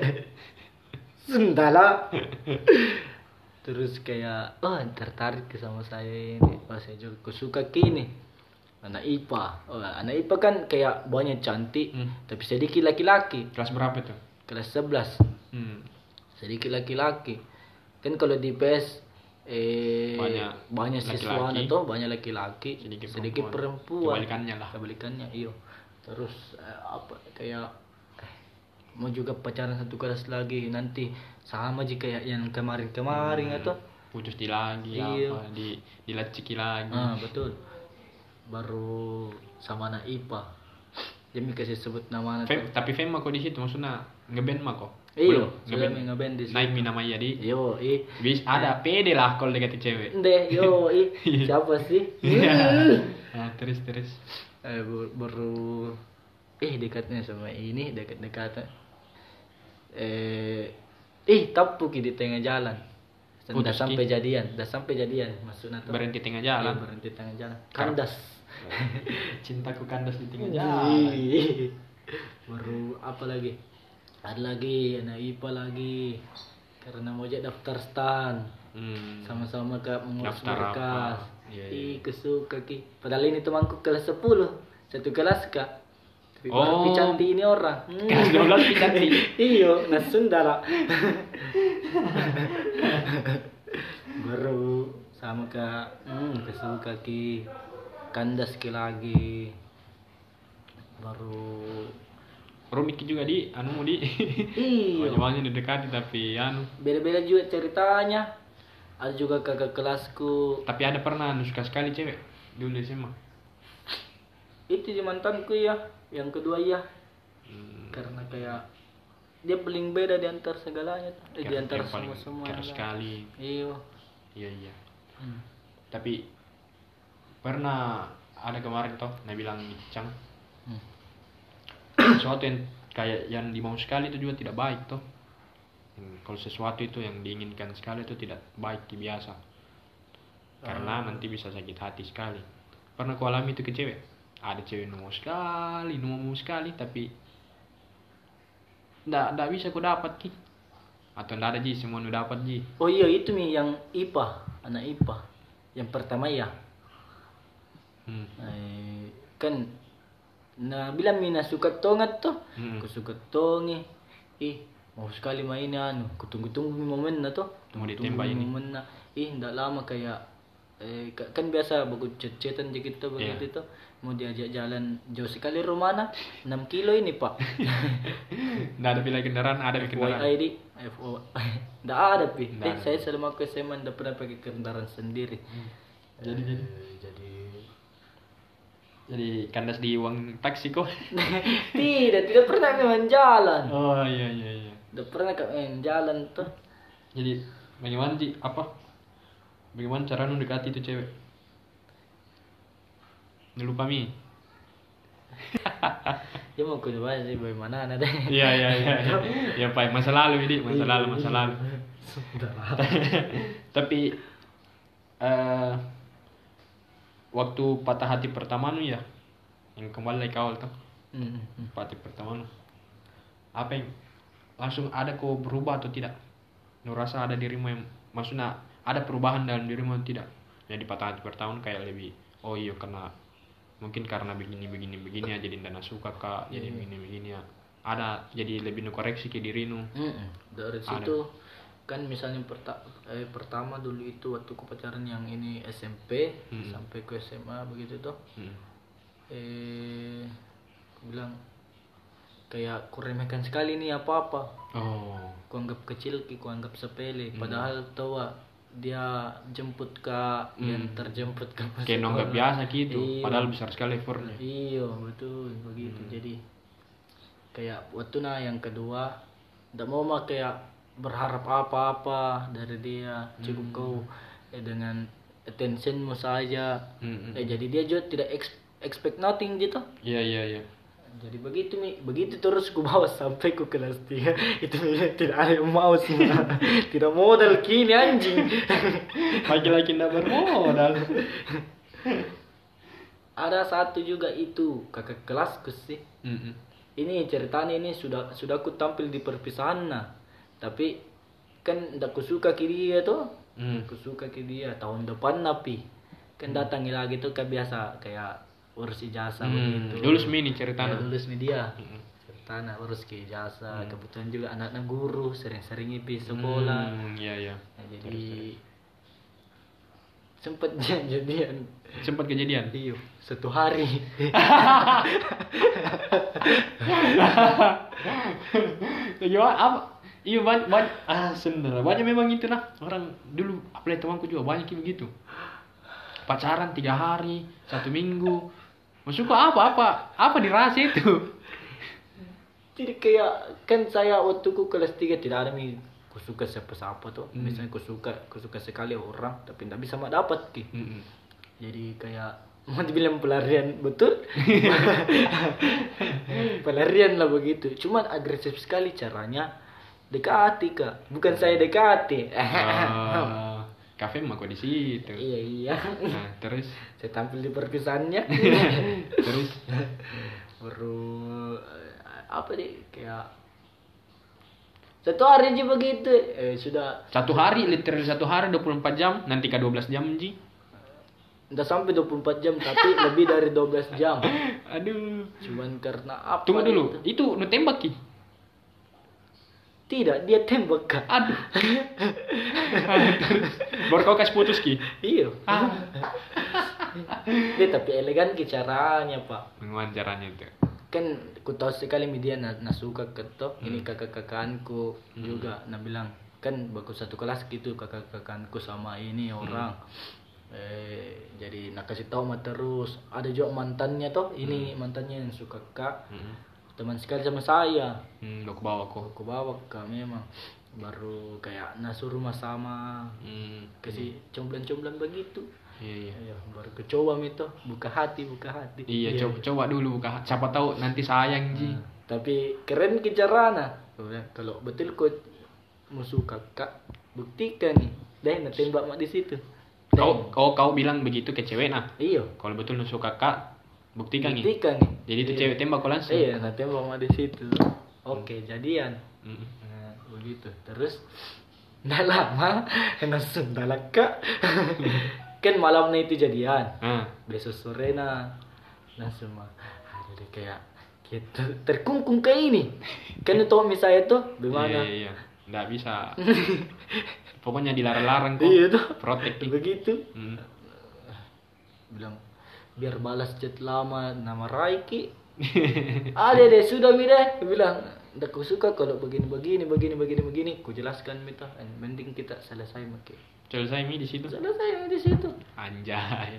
sendala. Terus kayak oh tertarik ke sama saya ini. Oh, saya juga aku suka kini. Anak I P A. Oh, anak I P A kan kayak banyak cantik, Hmm. tapi sedikit laki-laki. Kelas berapa tuh? Kelas sebelas. Hmm. Sedikit laki-laki. Kan kalau di P S eh Banyak banyak siswa laki-laki. atau banyak laki-laki, Sedikit sedikit, perempuan. perempuan. Kebalikannya lah. Kebalikannya, iyo. Terus eh, apa kayak eh, mau juga pacaran satu kelas lagi nanti sama aja kayak yang kemarin-kemarin Hmm. atau Putus di lagi Iya. apa di dilaciki lagi. ah betul. Baru sama anak I P A. Dia kasih sebut nama anak. Fem, tapi Fem mah kok di situ maksudnya ngeband mah kok. Iyo, Belum, sudah ngeband di situ. Naik mi nama jadi. Yo, i. Bis ada pede lah kalau dekati cewek. Deh, yo, i. Siapa sih? Iya. Nah, terus terus. Eh, baru, baru eh dekatnya sama ini dekat-dekat eh ih tapuki di tengah jalan. Udah Putus, sampai Ki. jadian, udah sampai jadian maksudnya tuh. Berhenti tengah Iya, jalan. berhenti tengah jalan. Kandas. Cintaku kandas di tengah jalan. Baru apa lagi? Ada lagi anak I P A lagi. Karena mau jadi daftar stan. Hmm. Sama-sama kak mengurus Daftar berkas. apa? Iya, iya. Ih, kesuka ki. Padahal ini temanku kelas sepuluh. Satu kelas kak. Tapi Oh. baru picanti ini orang. Hmm. Kelas dua belas picanti. Iyo, nas Sunda lah. Baru sama kak. Hmm, kesuka ki. Kandas ki lagi. Baru Rumit juga di anu mau di. iyo. Banyak-banyak didekati tapi anu. Beda-beda juga ceritanya. Ada juga kakak kelasku. Tapi ada pernah anu suka sekali cewek dulu S M A. Itu di mantanku ya. Yang kedua ya. Hmm. Karena kayak dia paling beda di antara segalanya. Eh, di Yang- antara yang paling semua-semua. keras sekali. Iyo. Iya iya. Hmm. Tapi pernah ada kemarin toh, nah bilang Cang, Hmm. sesuatu yang kayak yang dimau sekali itu juga tidak baik toh. Hmm, kalau sesuatu itu yang diinginkan sekali itu tidak baik biasa. Karena nanti bisa sakit hati sekali. Pernah ku alami itu ke cewek. Ada cewek mau sekali, mau sekali tapi ndak ndak bisa ku dapat ki. Atau ndak ada ji semua nu dapat ji. Oh iya itu nih yang I P A, anak I P A. Yang pertama ya. Hmm. Eh, kan nah bilang mina suka tongat tuh. Hmm. Aku suka tongi. Ih, mau sekali main anu. Ku tunggu-tunggu momen na tuh. Mau ditembak ini. Momen na. Ih, ndak lama kayak eh ka- kan biasa bagus chat-chatan aja kita begitu Iya. tuh. Mau diajak jalan jauh sekali rumahna enam kilo ini, Pak. Ndak ada pilih kendaraan, ada pilih F Y kendaraan. I D F O ndak ada pi. Nggak Eh, ada. saya selama aku S M A ndak pernah pakai kendaraan sendiri. Jadi jadi Eh, jadi jadi kandas di uang taksi kok. tidak, tidak pernah kami main jalan. Oh iya iya iya. Tidak pernah kami main jalan tuh. Jadi bagaimana sih apa? Bagaimana cara nu dekati itu cewek? Nggak lupa mi. Ya mau coba sih bagaimana ada. Iya iya iya. Ya pak masa lalu ini masa lalu masa lalu. Tapi eh waktu patah hati pertama nu ya, yang kembali lagi ke awal tuh, Hmm, hmm. patah hati pertama nu, apa yang langsung ada kok berubah atau tidak? Nu rasa ada dirimu yang maksudnya ada perubahan dalam dirimu atau tidak? Jadi patah hati pertama nu kayak lebih oh iya karena mungkin karena begini begini begini ya jadi ndak suka kak jadi begini begini ya ada jadi lebih nu koreksi ke diri nu. Mm-mm. Dari Ada. situ kan misalnya perta eh, pertama dulu itu waktu ku pacaran yang ini S M P Mm-mm. sampai ke S M A begitu tuh. Hmm. Eh aku bilang kayak ku remehkan sekali nih apa-apa. Oh. Ku anggap kecil, ku anggap sepele. Padahal tahu ah, dia jemput kak, dia Hmm. terjemput ke Kayak nonggak biasa gitu, Iya. padahal besar sekali effortnya. Iya betul begitu. Jadi kayak waktu nah yang kedua ndak mau mah kayak berharap apa-apa dari dia, cukup kau eh, dengan attentionmu saja. Hmm, hmm. Eh jadi dia juga tidak ex- expect nothing gitu. Iya iya iya. Jadi begitu mi, begitu terus ku bawa sampai ku kelas tiga. Itu mi, tidak ada yang mau sih. Tidak modal kini anjing. Laki-laki ndak bermodal. Ada satu juga itu kakak kelasku sih. Hmm, hmm. Ini ceritanya ini sudah sudah aku tampil di perpisahan nah. Tapi kan ndak ku suka ke dia tuh. Hmm. Ku suka ke dia tahun depan napi. Kan datangi lagi tuh kayak biasa kayak urus ijazah Hmm, begitu. lulus mi nih ceritanya. Ya, lulus nih dia. Hmm. Ceritanya urus ke ijazah. Kebetulan juga anak-anak guru sering-sering pergi sekolah. Hmm, iya iya. Nah, jadi sempet jadian. Sempat kejadian. Iyo, satu hari. Gimana apa? Iya banyak banyak ah sebenarnya banyak memang itu nah orang dulu apalagi temanku juga banyak yang begitu pacaran tiga hari satu minggu maksudku apa apa apa dirasa itu. Jadi kayak kan saya waktu ku kelas tiga tidak ada mi ku suka siapa-siapa tuh. Hmm. Misalnya ku suka ku suka sekali orang tapi tidak bisa mak dapat ki. Mm-mm. Jadi kayak mau dibilang pelarian betul. Pelarian lah begitu. Cuman agresif sekali caranya. Dekati kak, bukan saya dekati. Ah, kafe mah kok di situ. Iya iya. Nah, terus Saya tampil di perpisahannya. terus Baru eh, apa nih kayak satu hari aja begitu. Eh sudah satu hari, literally satu hari dua puluh empat jam, nanti ke dua belas jam Ji. udah sampai dua puluh empat jam tapi lebih dari dua belas jam. Aduh. Cuman karena apa? Tunggu dulu, itu? itu nu tembak Ki. Tidak, dia tembak Kak. Aduh. Terus baru kau kasih putus Ki. Iya. Ah. Dia tapi elegan ke caranya, Pak. Bagaimana caranya itu? Kan ku tahu sekali media na, na suka ketok Hmm. ini kakak-kakakku juga nah bilang kan bagus satu kelas gitu kakak-kakakku sama ini orang eh jadi nak kasih tahu mah terus ada juga mantannya toh ini mantannya yang suka Kak Hmm. teman sekali sama saya Hmm, lo ke bawah kok. aku bawa Kak memang baru kayak nasuh rumah sama Hmm. kasih comblan-comblan begitu. Iya, iya. Ayo, baru kecoba itu buka hati buka hati Iya, coba coba dulu buka. Siapa tahu nanti sayang Ji. Nah, tapi keren ke carana. Kalau betul kau musuh kakak, buktikan nih. Deh, nak tembak mak di situ. Kau kau kau bilang begitu ke cewek nah. Iyo, Kalau betul nusuk kakak, buktikan nih. buktikan nih. Jadi itu cewek tembak kau langsung. Iya, nak tembak mak di situ. Oke, jadian. Mm. Nah, begitu. Terus, nggak lama, langsung dalak kak. Kan malamnya itu jadian. Ah. Besok sore nah langsung mah ah, jadi kayak gitu terkungkung kayak ini kan itu misalnya tuh gimana Iya, iya. Nggak bisa. Pokoknya dilarang-larang kok. iya tuh Protek. Ki. begitu Hmm. bilang biar balas chat lama nama Raiki ada deh sudah mi deh bilang ndak ku suka kalau begini begini begini begini begini ku jelaskan mita mending kita selesai makai Selesai mi di situ. selesai di situ Anjay.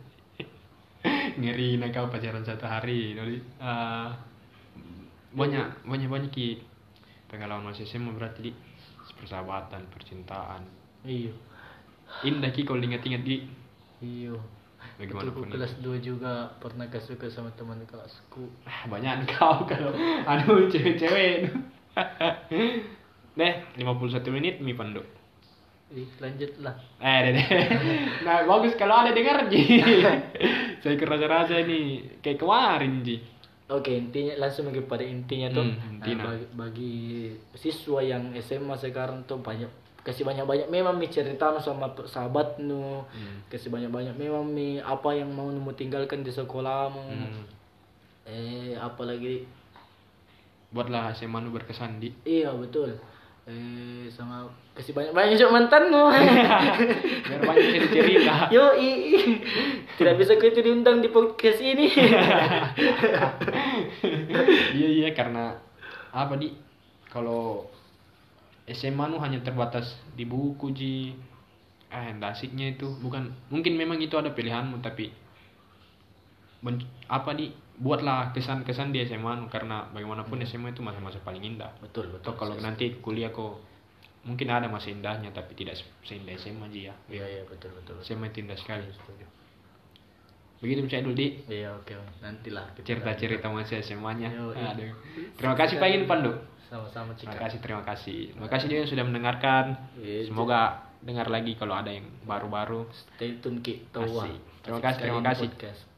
Ngeri nak kau pacaran satu hari. Dari uh, banyak banyak banyak Ki pengalaman masih S M A berarti di persahabatan, percintaan. iya Indah Ki kalau ingat-ingat Ki. iya Bagaimana Betul, pun kelas dua juga pernah suka sama teman kelasku. Ah, banyak kau kalau aduh cewek-cewek. Deh, lima puluh satu menit mi Pandu. Ih, lanjutlah. Eh, deh, deh. Nah, bagus kalau ada dengar Ji. Saya kerasa-rasa ini kayak kemarin Ji. Oke, intinya langsung lagi pada intinya tuh. Hmm, intinya. Nah, bagi, bagi siswa yang S M A sekarang tuh banyak kasih banyak-banyak memang mi cerita nu sama sahabat nu. Hmm. Kasih banyak-banyak memang mi apa yang mau nu tinggalkan di sekolahmu. Hmm. Eh, apalagi Buatlah S M A nu berkesan Di. iya betul. Eh, sama kasih banyak-banyak juga mantanmu. Biar banyak cerita. Yo, i, tidak bisa kau itu diundang di podcast ini. Iya iya karena apa Di? Kalau S M A nu hanya terbatas di buku Ji. Eh, asiknya itu bukan mungkin memang itu ada pilihanmu tapi ben, apa Di? Buatlah kesan-kesan di S M A nu karena bagaimanapun S M A itu masa-masa paling indah. Betul, betul. Atau kalau nanti kuliah kok mungkin ada masa indahnya tapi tidak seindah S M A Ji ya. Iya, iya, betul, betul. S M A itu indah sekali. Setuju. Begitu saya dulu Di. Iya, oke. Nantilah kita Cerita-cerita masa S M A-nya. Yo, iya. Aduh. Terima kasih Pak In Pandu. sama-sama Terima Cika. kasih, terima kasih. Terima kasih juga yang sudah mendengarkan. Iya, Semoga dengar lagi kalau ada yang baru-baru. Stay tune Ki. Tahu. Asik. Terima kasih, terima kasih. Podcast.